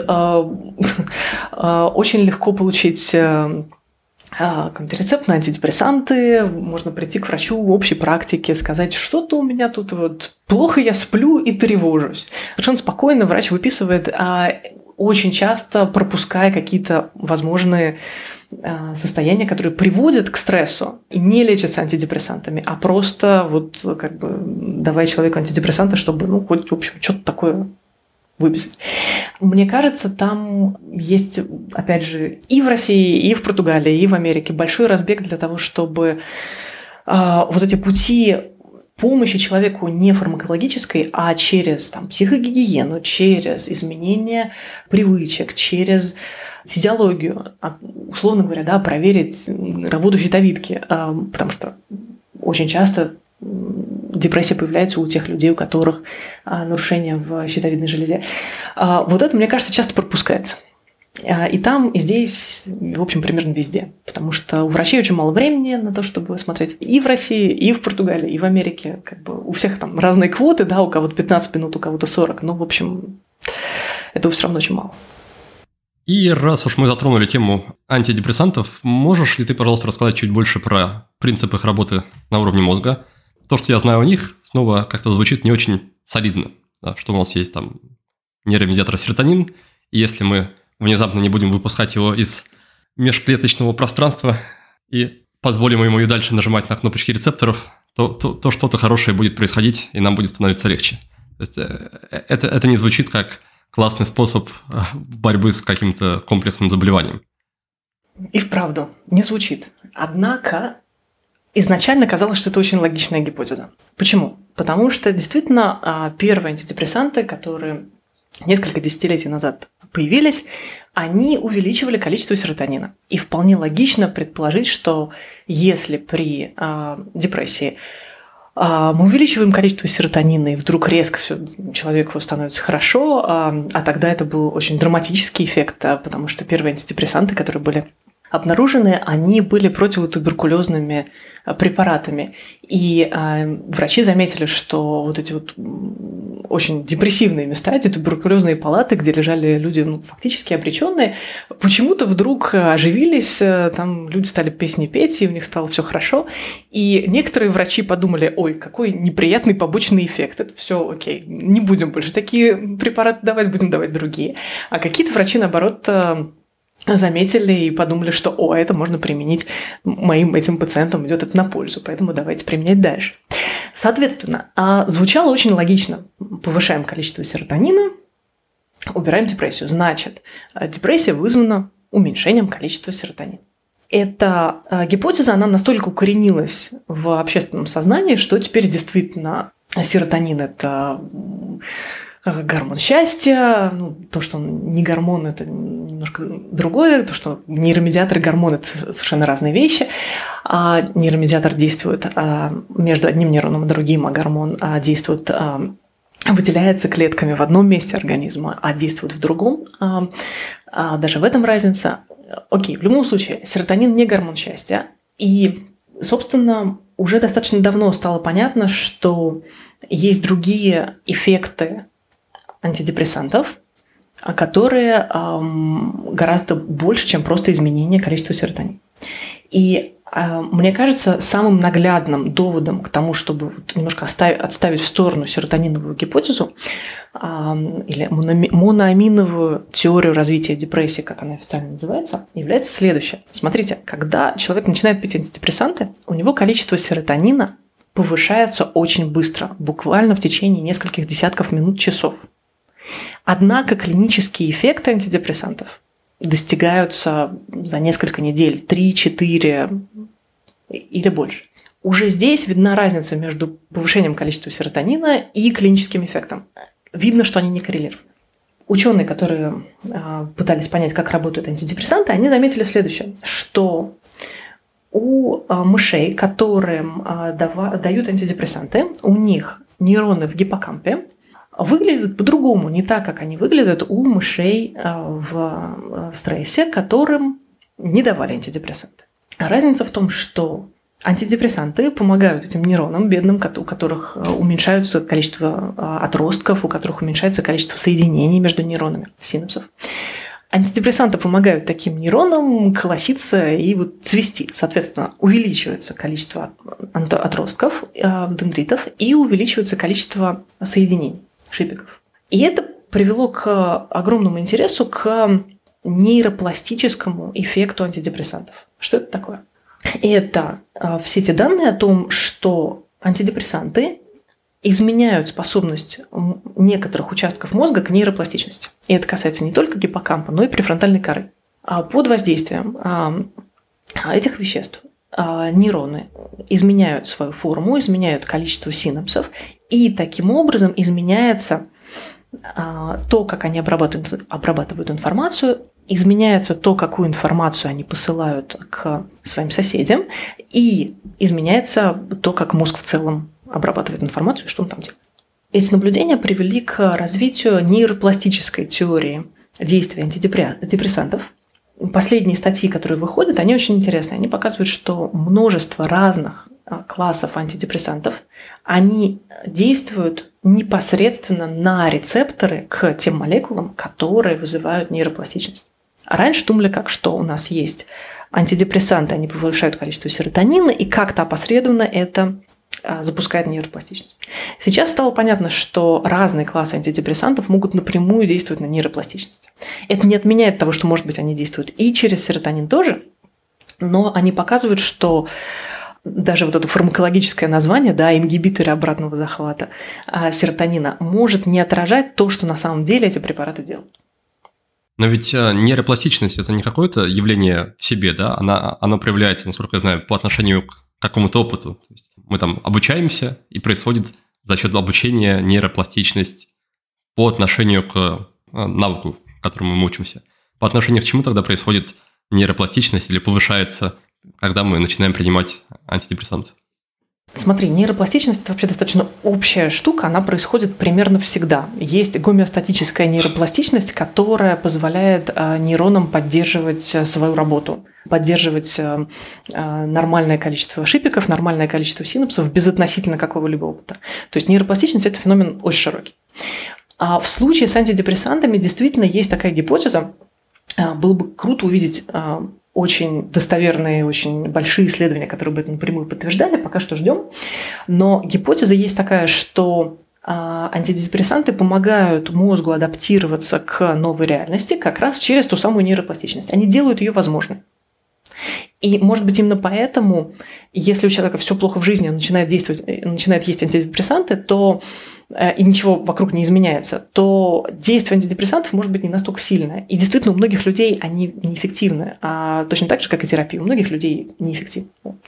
[SPEAKER 2] очень легко получить какой-то рецепт на антидепрессанты. Можно прийти к врачу в общей практике, сказать, что-то у меня тут плохо я сплю и тревожусь. Совершенно спокойно врач выписывает, очень часто пропуская какие-то возможные состояния, которые приводят к стрессу и не лечатся антидепрессантами, а просто давай человеку антидепрессанты, чтобы, хоть, в общем, что-то такое выписать. Мне кажется, там есть, опять же, и в России, и в Португалии, и в Америке большой разбег для того, чтобы вот эти пути помощи человеку не фармакологической, а через психогигиену, через изменение привычек, через физиологию, условно говоря, да, проверить работу щитовидки, потому что очень часто депрессия появляется у тех людей, у которых нарушения в щитовидной железе. Вот это, мне кажется, часто пропускается. И там, и здесь, в общем, примерно везде. Потому что у врачей очень мало времени на то, чтобы смотреть и в России, и в Португалии, и в Америке. У всех там разные квоты, да, у кого-то 15 минут, у кого-то 40. Но, в общем, этого все равно очень мало.
[SPEAKER 1] И раз уж мы затронули тему антидепрессантов, можешь ли ты, пожалуйста, рассказать чуть больше про принцип их работы на уровне мозга? То, что я знаю о них, снова как-то звучит не очень солидно. Да, что у нас есть там нейромедиатор серотонин, и если мы внезапно не будем выпускать его из межклеточного пространства и позволим ему и дальше нажимать на кнопочки рецепторов, то что-то хорошее будет происходить, и нам будет становиться легче. То есть это не звучит как классный способ борьбы с каким-то комплексным заболеванием.
[SPEAKER 2] И вправду, не звучит. Однако изначально казалось, что это очень логичная гипотеза. Почему? Потому что действительно первые антидепрессанты, которые несколько десятилетий назад появились, они увеличивали количество серотонина. И вполне логично предположить, что если при депрессии мы увеличиваем количество серотонина, и вдруг резко человеку становится хорошо, а тогда это был очень драматический эффект, потому что первые антидепрессанты, которые были обнаружены, они были противотуберкулезными препаратами. И врачи заметили, что вот эти вот очень депрессивные места, эти туберкулезные палаты, где лежали люди фактически обреченные, почему-то вдруг оживились, там люди стали песни петь, и у них стало все хорошо. И некоторые врачи подумали: ой, какой неприятный побочный эффект, это все окей, не будем больше такие препараты давать, будем давать другие. А какие-то врачи, наоборот, заметили и подумали, что это можно применить моим этим пациентам, идет это на пользу, поэтому давайте применять дальше. Соответственно, звучало очень логично. Повышаем количество серотонина, убираем депрессию. Значит, депрессия вызвана уменьшением количества серотонина. Эта гипотеза, она настолько укоренилась в общественном сознании, что теперь действительно серотонин – это гормон счастья, то, что он не гормон, это немножко другое, то, что нейромедиатор и гормон – это совершенно разные вещи. Нейромедиатор действует между одним нейроном и другим, а гормон действует, выделяется клетками в одном месте организма, а действует в другом. Даже в этом разница. Окей, в любом случае, серотонин не гормон счастья. И, собственно, уже достаточно давно стало понятно, что есть другие эффекты антидепрессантов, которые гораздо больше, чем просто изменение количества серотонина. И мне кажется, самым наглядным доводом к тому, чтобы немножко отставить в сторону серотониновую гипотезу или моноаминовую теорию развития депрессии, как она официально называется, является следующее. Смотрите, когда человек начинает пить антидепрессанты, у него количество серотонина повышается очень быстро, буквально в течение нескольких десятков минут, часов. Однако клинические эффекты антидепрессантов достигаются за несколько недель, 3-4 или больше. Уже здесь видна разница между повышением количества серотонина и клиническим эффектом. Видно, что они не коррелируют. Ученые, которые пытались понять, как работают антидепрессанты, они заметили следующее, что у мышей, которым дают антидепрессанты, у них нейроны в гиппокампе выглядят по-другому, не так, как они выглядят у мышей в стрессе, которым не давали антидепрессанты. Разница в том, что антидепрессанты помогают этим нейронам, бедным, у которых уменьшается количество отростков, у которых уменьшается количество соединений между нейронами, синапсов. Антидепрессанты помогают таким нейронам колоситься и цвести. Соответственно, увеличивается количество отростков, дендритов, и увеличивается количество соединений, шипиков. И это привело к огромному интересу к нейропластическому эффекту антидепрессантов. Что это такое? Это все те данные о том, что антидепрессанты изменяют способность некоторых участков мозга к нейропластичности. И это касается не только гиппокампа, но и префронтальной коры. Под воздействием этих веществ нейроны изменяют свою форму, изменяют количество синапсов, и таким образом изменяется то, как они обрабатывают информацию, изменяется то, какую информацию они посылают к своим соседям, и изменяется то, как мозг в целом обрабатывает информацию, что он там делает. Эти наблюдения привели к развитию нейропластической теории действия антидепрессантов. Последние статьи, которые выходят, они очень интересные. Они показывают, что множество разных классов антидепрессантов, они действуют непосредственно на рецепторы к тем молекулам, которые вызывают нейропластичность. Раньше думали, что у нас есть антидепрессанты, они повышают количество серотонина, и как-то опосредованно это запускает нейропластичность. Сейчас стало понятно, что разные классы антидепрессантов могут напрямую действовать на нейропластичность. Это не отменяет того, что, может быть, они действуют и через серотонин тоже, но они показывают, что даже вот это фармакологическое название, да, ингибиторы обратного захвата серотонина, может не отражать то, что на самом деле эти препараты делают.
[SPEAKER 1] Но ведь нейропластичность – это не какое-то явление в себе, да? Оно проявляется, насколько я знаю, по отношению к какому-то опыту. То есть мы там обучаемся, и происходит за счет обучения нейропластичность по отношению к навыку, которому мы учимся. По отношению к чему тогда происходит нейропластичность или повышается, когда мы начинаем принимать антидепрессанты?
[SPEAKER 2] Смотри, нейропластичность – это вообще достаточно общая штука, она происходит примерно всегда. Есть гомеостатическая нейропластичность, которая позволяет нейронам поддерживать свою работу, поддерживать нормальное количество шипиков, нормальное количество синапсов безотносительно какого-либо опыта. То есть нейропластичность – это феномен очень широкий. А в случае с антидепрессантами действительно есть такая гипотеза. Было бы круто увидеть очень достоверные, очень большие исследования, которые бы это напрямую подтверждали, пока что ждем. Но гипотеза есть такая, что антидепрессанты помогают мозгу адаптироваться к новой реальности как раз через ту самую нейропластичность. Они делают ее возможной. И, может быть, именно поэтому, если у человека все плохо в жизни, он начинает есть антидепрессанты, то и ничего вокруг не изменяется, то действие антидепрессантов может быть не настолько сильное. И действительно, у многих людей они неэффективны. Точно так же, как и терапия. У многих людей неэффективны.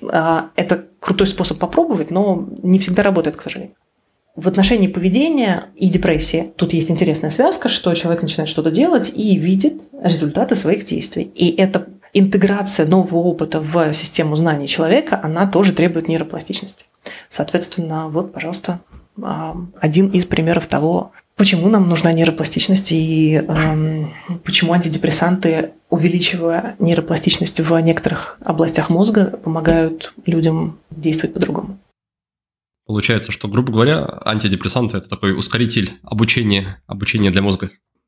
[SPEAKER 2] Это крутой способ попробовать, но не всегда работает, к сожалению. В отношении поведения и депрессии тут есть интересная связка, что человек начинает что-то делать и видит результаты своих действий. И эта интеграция нового опыта в систему знаний человека, она тоже требует нейропластичности. Соответственно, вот, пожалуйста, один из примеров того, почему нам нужна нейропластичность и почему антидепрессанты, увеличивая нейропластичность в некоторых областях мозга, помогают людям действовать по-другому.
[SPEAKER 1] Получается, что, грубо говоря, антидепрессанты – это такой ускоритель обучения для мозга.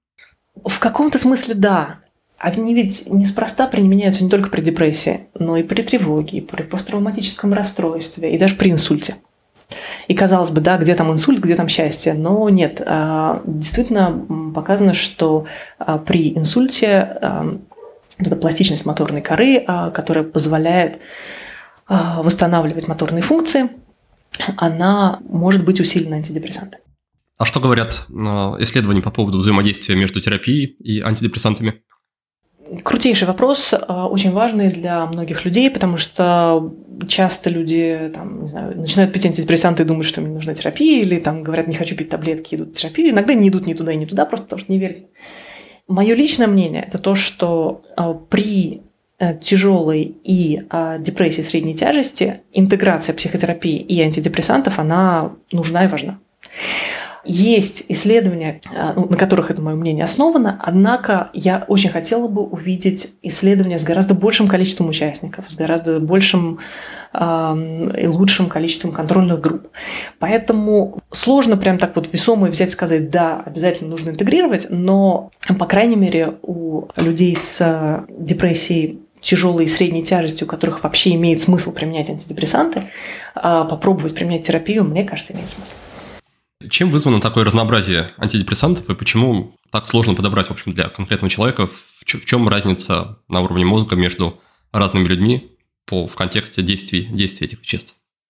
[SPEAKER 2] В каком-то смысле да. Они ведь неспроста применяются не только при депрессии, но и при тревоге, и при посттравматическом расстройстве, и даже при инсульте. И казалось бы, да, где там инсульт, где там счастье, но нет. Действительно показано, что при инсульте вот эта пластичность моторной коры, которая позволяет восстанавливать моторные функции, она может быть усилена антидепрессантами.
[SPEAKER 1] А что говорят исследования по поводу взаимодействия между терапией и антидепрессантами?
[SPEAKER 2] Крутейший вопрос, очень важный для многих людей, потому что часто люди начинают пить антидепрессанты и думают, что им не нужна терапия, или говорят, не хочу пить таблетки, идут в терапию. Иногда не идут ни туда и ни туда, просто потому что не верят. Мое личное мнение – это то, что при тяжелой и депрессии средней тяжести интеграция психотерапии и антидепрессантов, она нужна и важна. Есть исследования, на которых это мое мнение основано, однако я очень хотела бы увидеть исследования с гораздо большим количеством участников, с гораздо большим и лучшим количеством контрольных групп. Поэтому сложно прям так вот весомо взять и сказать, да, обязательно нужно интегрировать, но, по крайней мере, у людей с депрессией тяжелой и средней тяжестью, у которых вообще имеет смысл применять антидепрессанты, попробовать применять терапию, мне кажется, имеет смысл.
[SPEAKER 1] Чем вызвано такое разнообразие антидепрессантов и почему так сложно подобрать, в общем, для конкретного человека? В чем разница на уровне мозга между разными людьми в контексте действий этих веществ?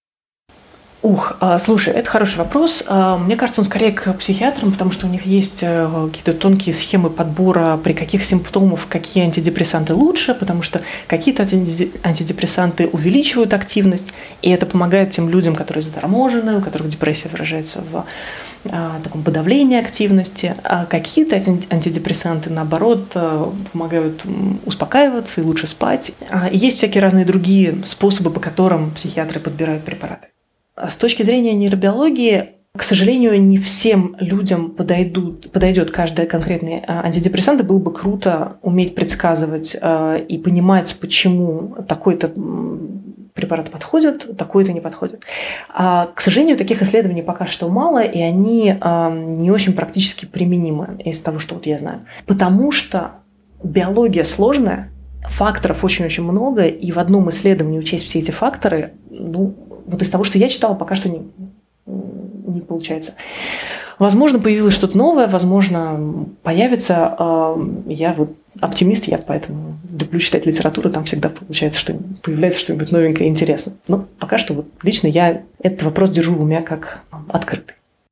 [SPEAKER 2] Слушай, это хороший вопрос. Мне кажется, он скорее к психиатрам, потому что у них есть какие-то тонкие схемы подбора, при каких симптомах какие антидепрессанты лучше, потому что какие-то антидепрессанты увеличивают активность, и это помогает тем людям, которые заторможены, у которых депрессия выражается в таком подавлении активности, а какие-то антидепрессанты, наоборот, помогают успокаиваться и лучше спать. И есть всякие разные другие способы, по которым психиатры подбирают препараты. С точки зрения нейробиологии, к сожалению, не всем людям подойдет каждый конкретный антидепрессант. Было бы круто уметь предсказывать и понимать, почему такой-то препарат подходит, такой-то не подходит. К сожалению, таких исследований пока что мало, и они не очень практически применимы из того, что вот я знаю. Потому что биология сложная, факторов очень-очень много, и в одном исследовании учесть все эти факторы, вот из того, что я читала, пока что не получается. Возможно, появилось что-то новое, возможно, появится. Я вот оптимист, я поэтому люблю читать литературу, там всегда получается, что появляется что-нибудь новенькое и интересное. Но пока что вот лично я этот вопрос держу в уме как открытый.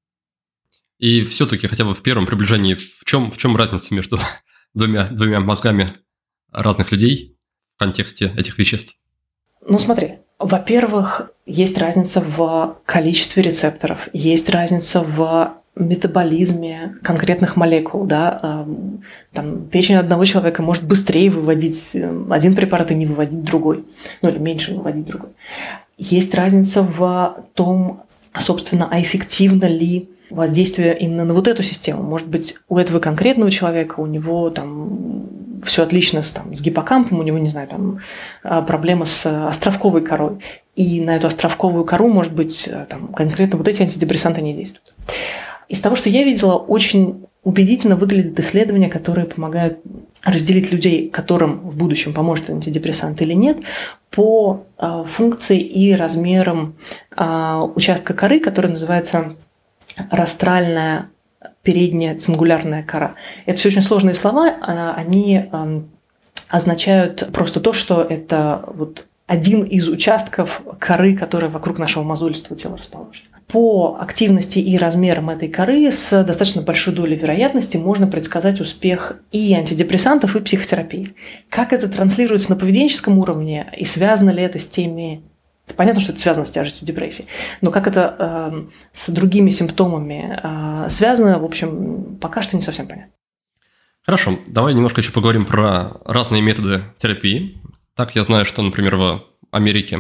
[SPEAKER 1] И все-таки хотя бы в первом приближении, в чем разница между двумя мозгами разных людей в контексте этих веществ?
[SPEAKER 2] Ну смотри, во-первых, есть разница в количестве рецепторов, есть разница в метаболизме конкретных молекул, да, там печень одного человека может быстрее выводить один препарат и не выводить другой, ну или меньше выводить другой. Есть разница в том, собственно, а эффективно ли воздействие именно на вот эту систему. Может быть, у этого конкретного человека, у него там все отлично с гиппокампом, у него, не знаю, там проблема с островковой корой. И на эту островковую кору, может быть, там, конкретно вот эти антидепрессанты не действуют. Из того, что я видела, очень убедительно выглядят исследования, которые помогают разделить людей, которым в будущем поможет антидепрессант или нет, по функции и размерам участка коры, который называется растральная передняя цингулярная кора. Это все очень сложные слова, они означают просто то, что это вот один из участков коры, которая вокруг нашего мозолистого тела расположена. По активности и размерам этой коры с достаточно большой долей вероятности можно предсказать успех и антидепрессантов, и психотерапии. Как это транслируется на поведенческом уровне, и связано ли это с теми... Понятно, что это связано с тяжестью депрессии, но как это с другими симптомами связано, в общем, пока что не совсем понятно.
[SPEAKER 1] Хорошо, давай немножко еще поговорим про разные методы терапии. Так, я знаю, что, например, в Америке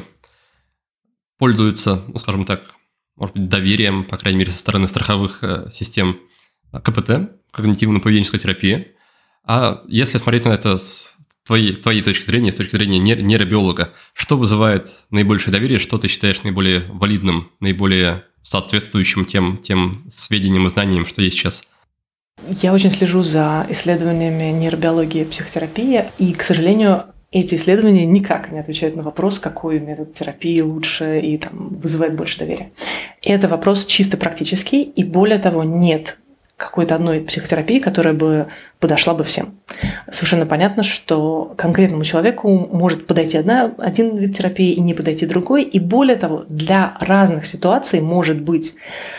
[SPEAKER 1] пользуются, ну, скажем так, может быть, доверием, по крайней мере, со стороны страховых систем КПТ, когнитивно-поведенческой терапии. А если смотреть на это с твоей точки зрения, с точки зрения нейробиолога, что вызывает наибольшее доверие, что ты считаешь наиболее валидным, наиболее соответствующим тем сведениям и знаниям, что есть сейчас?
[SPEAKER 2] Я очень слежу за исследованиями нейробиологии и психотерапии, и, к сожалению, эти исследования никак не отвечают на вопрос, какой метод терапии лучше и вызывает больше доверия. Это вопрос чисто практический, и более того, нет какой-то одной психотерапии, которая бы подошла бы всем. Совершенно понятно, что конкретному человеку может подойти один вид терапии и не подойти другой, и более того, для разных ситуаций может быть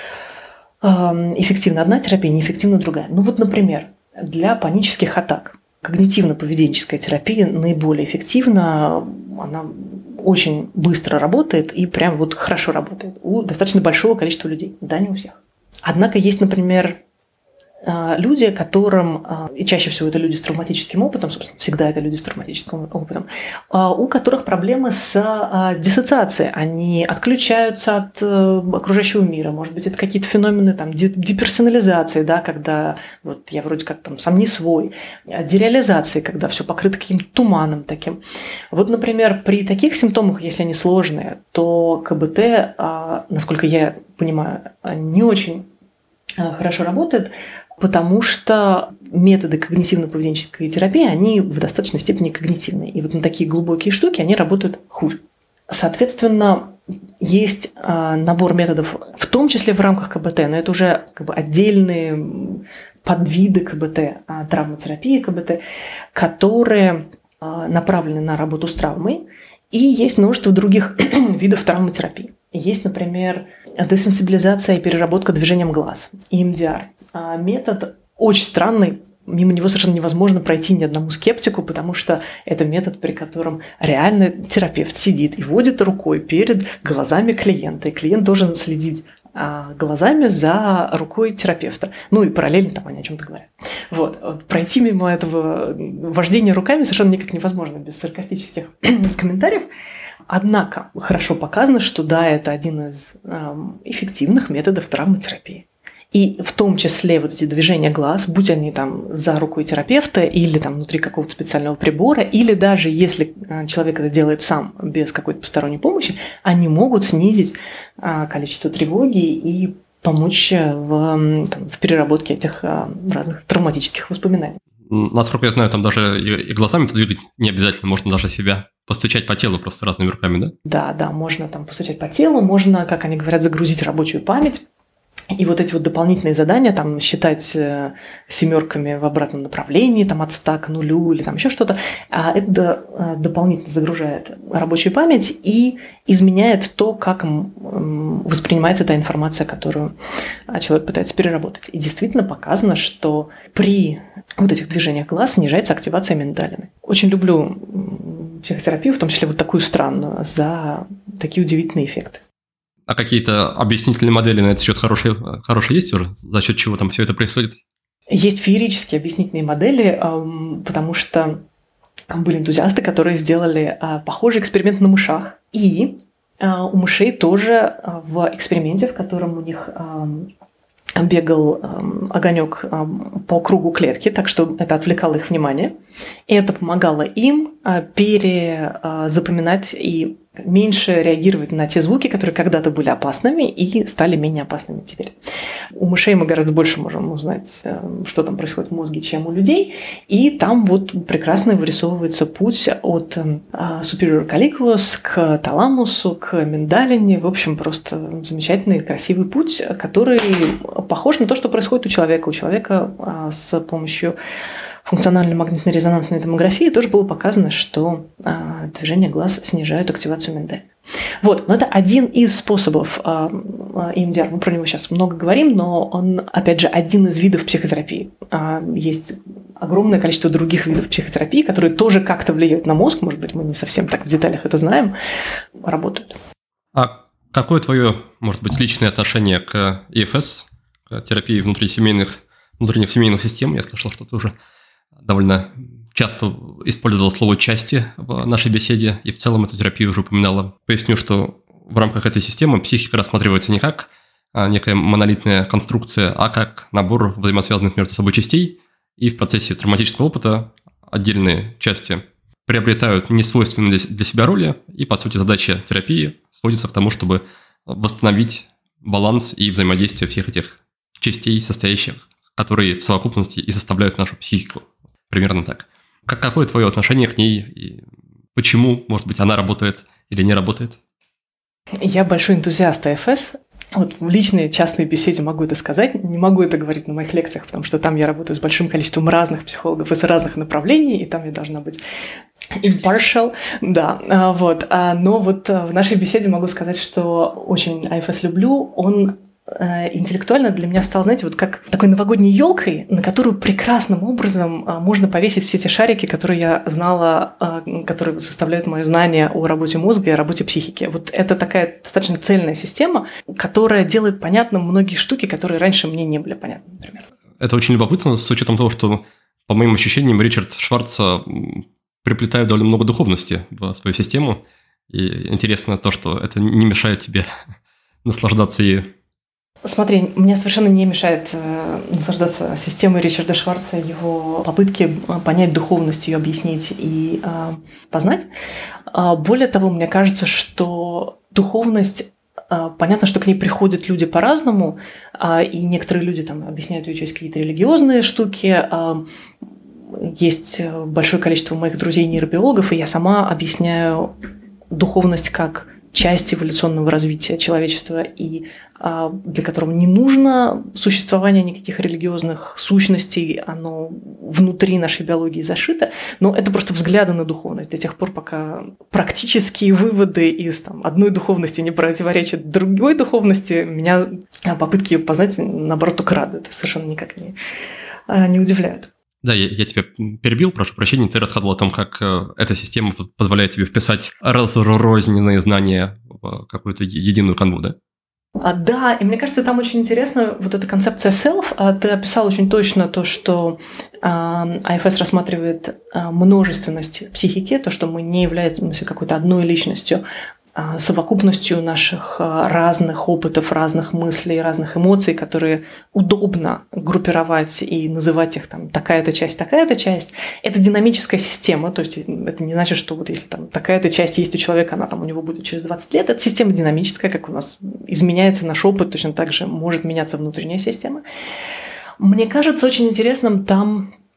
[SPEAKER 2] эффективна одна терапия, неэффективна другая. Ну вот, например, для панических атак когнитивно-поведенческая терапия наиболее эффективна, она очень быстро работает и прям вот хорошо работает у достаточно большого количества людей, да, не у всех. Однако есть, например, люди, которым, и чаще всего это люди с травматическим опытом, собственно, всегда это люди с травматическим опытом, у которых проблемы с диссоциацией. Они отключаются от окружающего мира. Может быть, это какие-то феномены деперсонализации, да, когда вот я вроде как сам не свой, дереализации, когда все покрыто каким-то туманом таким. Вот, например, при таких симптомах, если они сложные, то КБТ, насколько я понимаю, не очень хорошо работает, потому что методы когнитивно-поведенческой терапии, они в достаточной степени когнитивные. И вот на такие глубокие штуки они работают хуже. Соответственно, есть набор методов, в том числе в рамках КБТ, но это уже отдельные подвиды КБТ, травматерапии КБТ, которые направлены на работу с травмой. И есть множество других видов травматерапии. Есть, например, десенсибилизация и переработка движением глаз, EMDR. Метод очень странный, мимо него совершенно невозможно пройти ни одному скептику, потому что это метод, при котором реально терапевт сидит и водит рукой перед глазами клиента, и клиент должен следить глазами за рукой терапевта. Ну и параллельно они о чем-то говорят. Вот. Пройти мимо этого вождения руками совершенно никак невозможно без саркастических комментариев. Однако хорошо показано, что да, это один из эффективных методов травматерапии. И в том числе вот эти движения глаз, будь они за рукой терапевта или внутри какого-то специального прибора, или даже если человек это делает сам без какой-то посторонней помощи, они могут снизить количество тревоги и помочь в переработке этих разных травматических воспоминаний.
[SPEAKER 1] Насколько я знаю, даже и глазами двигать не обязательно, можно даже себя постучать по телу просто разными руками, да?
[SPEAKER 2] Да, можно постучать по телу, можно, как они говорят, загрузить рабочую память. И вот эти вот дополнительные задания, там, считать семерками в обратном направлении, там, от 100 к нулю или там еще что-то, это дополнительно загружает рабочую память и изменяет то, как воспринимается та информация, которую человек пытается переработать. И действительно показано, что при вот этих движениях глаз снижается активация миндалины. Очень люблю психотерапию, в том числе вот такую странную, за такие удивительные эффекты.
[SPEAKER 1] А какие-то объяснительные модели на этот счет хорошие есть уже? За счет чего там все это происходит?
[SPEAKER 2] Есть феерические объяснительные модели, потому что были энтузиасты, которые сделали похожий эксперимент на мышах. И у мышей тоже в эксперименте, в котором у них бегал огонек по кругу клетки, так что это отвлекало их внимание. И это помогало им перезапоминать и меньше реагировать на те звуки, которые когда-то были опасными и стали менее опасными теперь. У мышей мы гораздо больше можем узнать, что там происходит в мозге, чем у людей. И там вот прекрасно вырисовывается путь от superior colliculus к таламусу, к миндалине. В общем, просто замечательный, красивый путь, который похож на то, что происходит у человека. У человека с помощью функциональной магнитно-резонансной томографии тоже было показано, что движение глаз снижают активацию миндалины. Вот, но это один из способов EMDR. Мы про него сейчас много говорим, но он, опять же, один из видов психотерапии. Есть огромное количество других видов психотерапии, которые тоже как-то влияют на мозг, может быть, мы не совсем так в деталях это знаем, работают.
[SPEAKER 1] А какое твое, может быть, личное отношение к ИФС, к терапии внутренних семейных систем? Я слышал, что ты уже довольно часто использовала слово «части» в нашей беседе, и в целом эту терапию уже упоминала. Поясню, что в рамках этой системы психика рассматривается не как некая монолитная конструкция, а как набор взаимосвязанных между собой частей, и в процессе травматического опыта отдельные части приобретают несвойственные для себя роли, и, по сути, задача терапии сводится к тому, чтобы восстановить баланс и взаимодействие всех этих частей, состоящих, которые в совокупности и составляют нашу психику. Примерно так. Какое твое отношение к ней и почему, может быть, она работает или не работает?
[SPEAKER 2] Я большой энтузиаст АФС. Вот в личной частной беседе могу это сказать. Не могу это говорить на моих лекциях, потому что там я работаю с большим количеством разных психологов из разных направлений, и там я должна быть impartial. Да, вот. Но вот в нашей беседе могу сказать, что очень АФС люблю. Он интеллектуально для меня стал, знаете, вот как такой новогодней елкой, на которую прекрасным образом можно повесить все те шарики, которые я знала, которые составляют мое знание о работе мозга и о работе психики. Вот это такая достаточно цельная система, которая делает понятным многие штуки, которые раньше мне не были понятны, например.
[SPEAKER 1] Это очень любопытно, с учетом того, что, по моим ощущениям, Ричард Шварц приплетает довольно много духовности в свою систему. И интересно то, что это не мешает тебе наслаждаться ею.
[SPEAKER 2] Смотри, мне совершенно не мешает наслаждаться системой Ричарда Шварца, его попытки понять духовность, ее объяснить и познать. Более того, мне кажется, что духовность, понятно, что к ней приходят люди по-разному, и некоторые люди там объясняют ее через какие-то религиозные штуки. Есть большое количество моих друзей-нейробиологов, и я сама объясняю духовность как часть эволюционного развития человечества, и для которого не нужно существование никаких религиозных сущностей, оно внутри нашей биологии зашито, но это просто взгляды на духовность до тех пор, пока практические выводы из одной духовности не противоречат другой духовности, меня попытки ее познать, наоборот, только радуют, совершенно никак не удивляют.
[SPEAKER 1] Да, я тебя перебил, прошу прощения, ты рассказывал о том, как эта система позволяет тебе вписать разрозненные знания в какую-то единую канву, да?
[SPEAKER 2] Да, и мне кажется, там очень интересно вот эта концепция self. Ты описал очень точно то, что АФС рассматривает множественность психики, то, что мы не являемся какой-то одной личностью, совокупностью наших разных опытов, разных мыслей, разных эмоций, которые удобно группировать и называть их там такая-то часть. Это динамическая система, то есть это не значит, что вот если там такая-то часть есть у человека, она там у него будет через 20 лет. Это система динамическая, как у нас изменяется наш опыт, точно так же может меняться внутренняя система. Мне кажется очень интересным там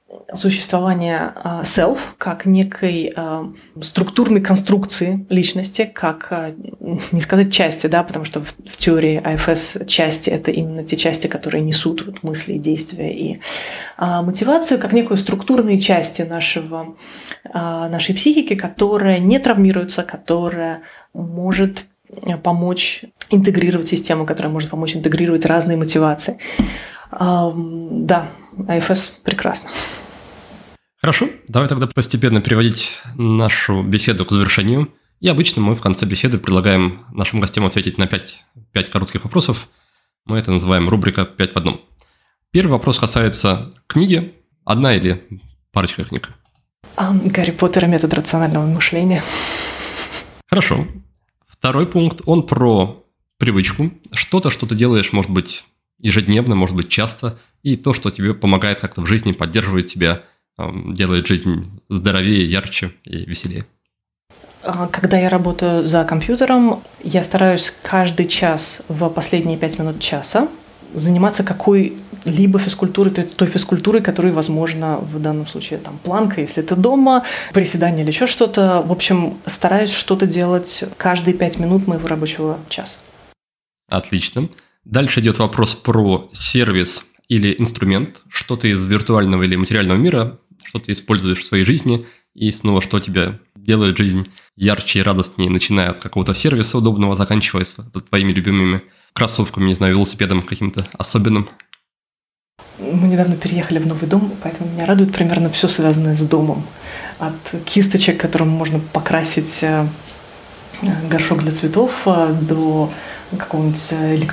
[SPEAKER 2] существование self как некой структурной конструкции личности, как, не сказать части, да, потому что в теории АФС части – это именно те части, которые несут вот мысли, действия и мотивацию, как некую структурные части нашей психики, которая не травмируется, которая может помочь интегрировать систему, которая может помочь интегрировать разные мотивации. Да, АФС прекрасно.
[SPEAKER 1] Хорошо, давай тогда постепенно переводить нашу беседу к завершению. И обычно мы в конце беседы предлагаем нашим гостям ответить на 5 коротких вопросов. Мы это называем рубрика «5 в одном». Первый вопрос касается книги. Одна или парочка книг?
[SPEAKER 2] «Гарри Поттер и метод рационального мышления».
[SPEAKER 1] Хорошо. Второй пункт, он про привычку. Что-то, что ты делаешь, может быть, ежедневно, может быть, часто, и то, что тебе помогает как-то в жизни, поддерживает тебя, делает жизнь здоровее, ярче и веселее.
[SPEAKER 2] Когда я работаю за компьютером, я стараюсь каждый час в последние 5 минут часа заниматься какой-либо физкультурой, той физкультурой, которая, возможно, в данном случае там планка, если ты дома, приседание или еще что-то. В общем, стараюсь что-то делать каждые 5 минут моего рабочего часа.
[SPEAKER 1] Отлично. Дальше идет вопрос про сервис или инструмент, что-то из виртуального или материального мира, что ты используешь в своей жизни, и снова, что тебе делает жизнь ярче и радостнее, начиная от какого-то сервиса удобного, заканчивая твоими любимыми кроссовками, не знаю, велосипедом каким-то особенным.
[SPEAKER 2] Мы недавно переехали в новый дом, поэтому меня радует примерно все связанное с домом. От кисточек, которым можно покрасить горшок для цветов, до какого-нибудь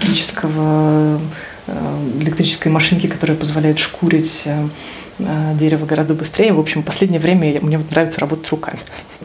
[SPEAKER 2] электрической машинки, которая позволяет шкурить дерево гораздо быстрее. В общем, в последнее время мне нравится работать руками.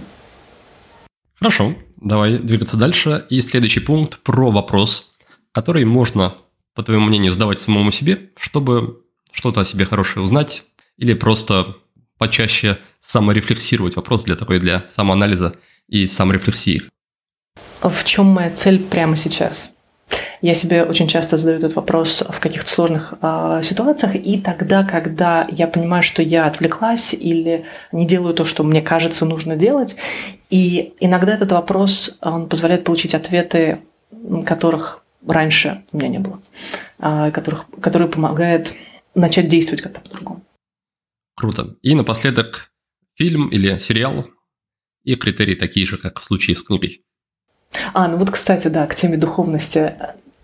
[SPEAKER 1] Хорошо, давай двигаться дальше. И следующий пункт про вопрос, который можно, по твоему мнению, задавать самому себе, чтобы что-то о себе хорошее узнать или просто почаще саморефлексировать. Вопрос для самоанализа и саморефлексии.
[SPEAKER 2] В чем моя цель прямо сейчас? Я себе очень часто задаю этот вопрос в каких-то сложных ситуациях, и тогда, когда я понимаю, что я отвлеклась или не делаю то, что мне кажется нужно делать, и иногда этот вопрос он позволяет получить ответы, которых раньше у меня не было, которые помогают начать действовать как-то по-другому.
[SPEAKER 1] Круто. И напоследок фильм или сериал, и критерии такие же, как в случае с книгой.
[SPEAKER 2] Ну вот, кстати, да, к теме духовности.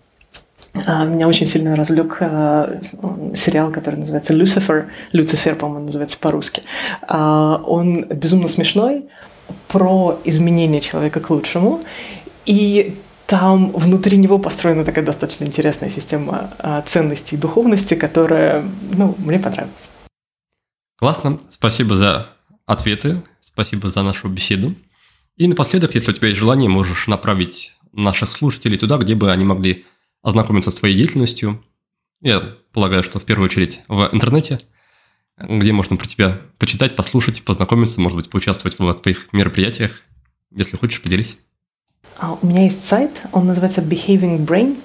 [SPEAKER 2] Меня очень сильно развлек сериал, который называется «Люцифер». «Люцифер», по-моему, называется по-русски. Он безумно смешной, про изменение человека к лучшему. И там внутри него построена такая достаточно интересная система ценностей и духовности, которая, мне понравилась.
[SPEAKER 1] Классно. Спасибо за ответы. Спасибо за нашу беседу. И напоследок, если у тебя есть желание, можешь направить наших слушателей туда, где бы они могли ознакомиться с твоей деятельностью. Я полагаю, что в первую очередь в интернете, где можно про тебя почитать, послушать, познакомиться, может быть, поучаствовать в твоих мероприятиях. Если хочешь, поделись.
[SPEAKER 2] У меня есть сайт, он называется Behaving Brain,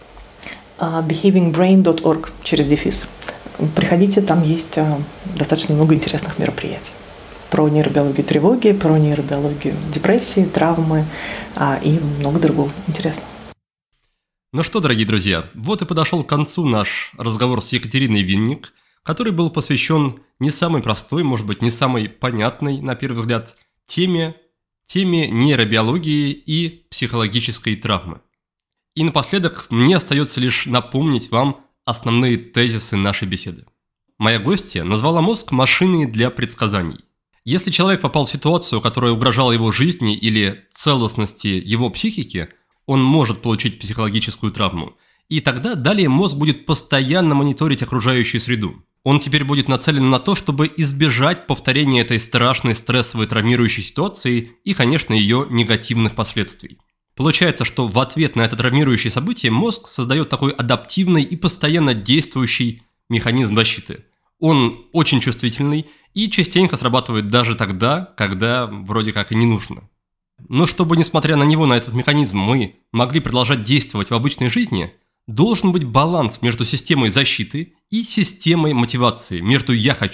[SPEAKER 2] behavingbrain.org, через дефис. Приходите, там есть достаточно много интересных мероприятий. Про нейробиологию тревоги, про нейробиологию депрессии, травмы и много другого интересного.
[SPEAKER 1] Ну что, дорогие друзья, вот и подошел к концу наш разговор с Екатериной Винник, который был посвящен не самой простой, может быть, не самой понятной, на первый взгляд, теме нейробиологии и психологической травмы. И напоследок мне остается лишь напомнить вам основные тезисы нашей беседы. Моя гостья назвала мозг машиной для предсказаний. Если человек попал в ситуацию, которая угрожала его жизни или целостности его психики, он может получить психологическую травму. И тогда далее мозг будет постоянно мониторить окружающую среду. Он теперь будет нацелен на то, чтобы избежать повторения этой страшной стрессовой травмирующей ситуации и, конечно, ее негативных последствий. Получается, что в ответ на это травмирующее событие мозг создает такой адаптивный и постоянно действующий механизм защиты. Он очень чувствительный и частенько срабатывает даже тогда, когда вроде как и не нужно. Но чтобы, несмотря на него, на этот механизм, мы могли продолжать действовать в обычной жизни, должен быть баланс между системой защиты и системой мотивации, между «я хочу»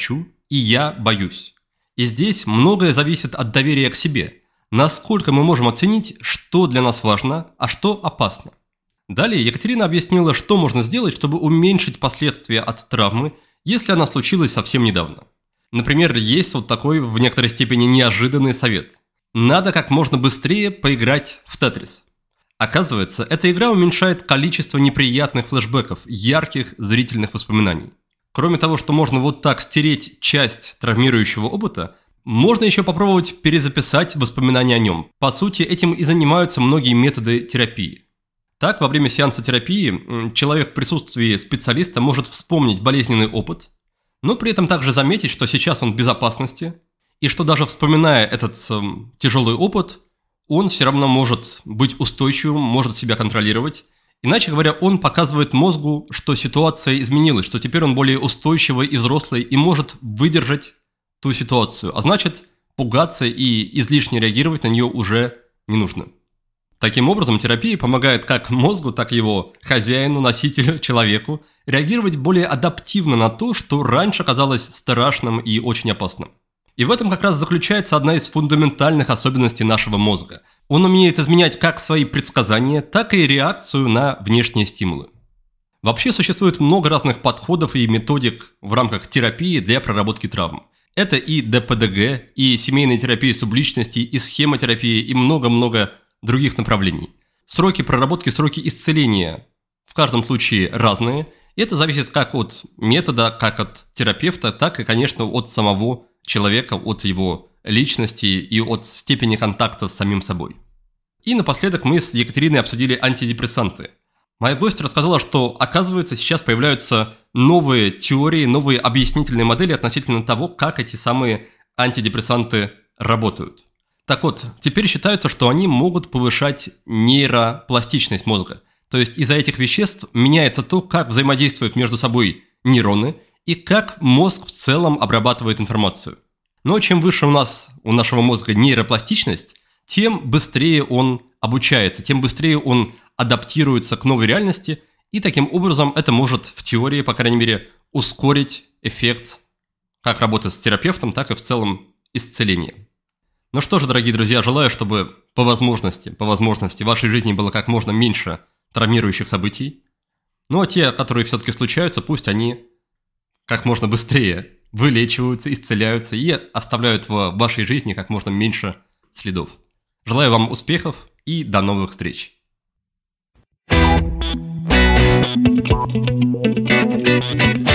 [SPEAKER 1] и я боюсь. И здесь многое зависит от доверия к себе. Насколько мы можем оценить, что для нас важно, а что опасно. Далее Екатерина объяснила, что можно сделать, чтобы уменьшить последствия от травмы, если она случилась совсем недавно. Например, есть вот такой в некоторой степени неожиданный совет. Надо как можно быстрее поиграть в Тетрис. Оказывается, эта игра уменьшает количество неприятных флешбеков, ярких зрительных воспоминаний. Кроме того, что можно вот так стереть часть травмирующего опыта, можно еще попробовать перезаписать воспоминания о нем. По сути, этим и занимаются многие методы терапии. Так, во время сеанса терапии человек в присутствии специалиста может вспомнить болезненный опыт, но при этом также заметить, что сейчас он в безопасности, и что даже вспоминая этот тяжелый опыт, он все равно может быть устойчивым, может себя контролировать. Иначе говоря, он показывает мозгу, что ситуация изменилась, что теперь он более устойчивый и взрослый и может выдержать ту ситуацию, а значит, пугаться и излишне реагировать на нее уже не нужно. Таким образом, терапия помогает как мозгу, так и его хозяину, носителю, человеку реагировать более адаптивно на то, что раньше казалось страшным и очень опасным. И в этом как раз заключается одна из фундаментальных особенностей нашего мозга. Он умеет изменять как свои предсказания, так и реакцию на внешние стимулы. Вообще существует много разных подходов и методик в рамках терапии для проработки травм. Это и ДПДГ, и семейная терапия субличности, и схемотерапия, и много-много других направлений. Сроки проработки, сроки исцеления в каждом случае разные. И это зависит как от метода, как от терапевта, так и, конечно, от самого человека, от его личности и от степени контакта с самим собой. И напоследок мы с Екатериной обсудили антидепрессанты. Моя гостья рассказала, что, оказывается, сейчас появляются новые теории, новые объяснительные модели относительно того, как эти самые антидепрессанты работают. Так вот, теперь считается, что они могут повышать нейропластичность мозга. То есть из-за этих веществ меняется то, как взаимодействуют между собой нейроны и как мозг в целом обрабатывает информацию. Но чем выше у нашего мозга нейропластичность, тем быстрее он обучается, тем быстрее он адаптируется к новой реальности, и таким образом это может в теории, по крайней мере, ускорить эффект как работы с терапевтом, так и в целом исцеления. Ну что же, дорогие друзья, желаю, чтобы по возможности в вашей жизни было как можно меньше травмирующих событий. Ну а те, которые все-таки случаются, пусть они как можно быстрее вылечиваются, исцеляются и оставляют в вашей жизни как можно меньше следов. Желаю вам успехов и до новых встреч.
[SPEAKER 3] Thank you.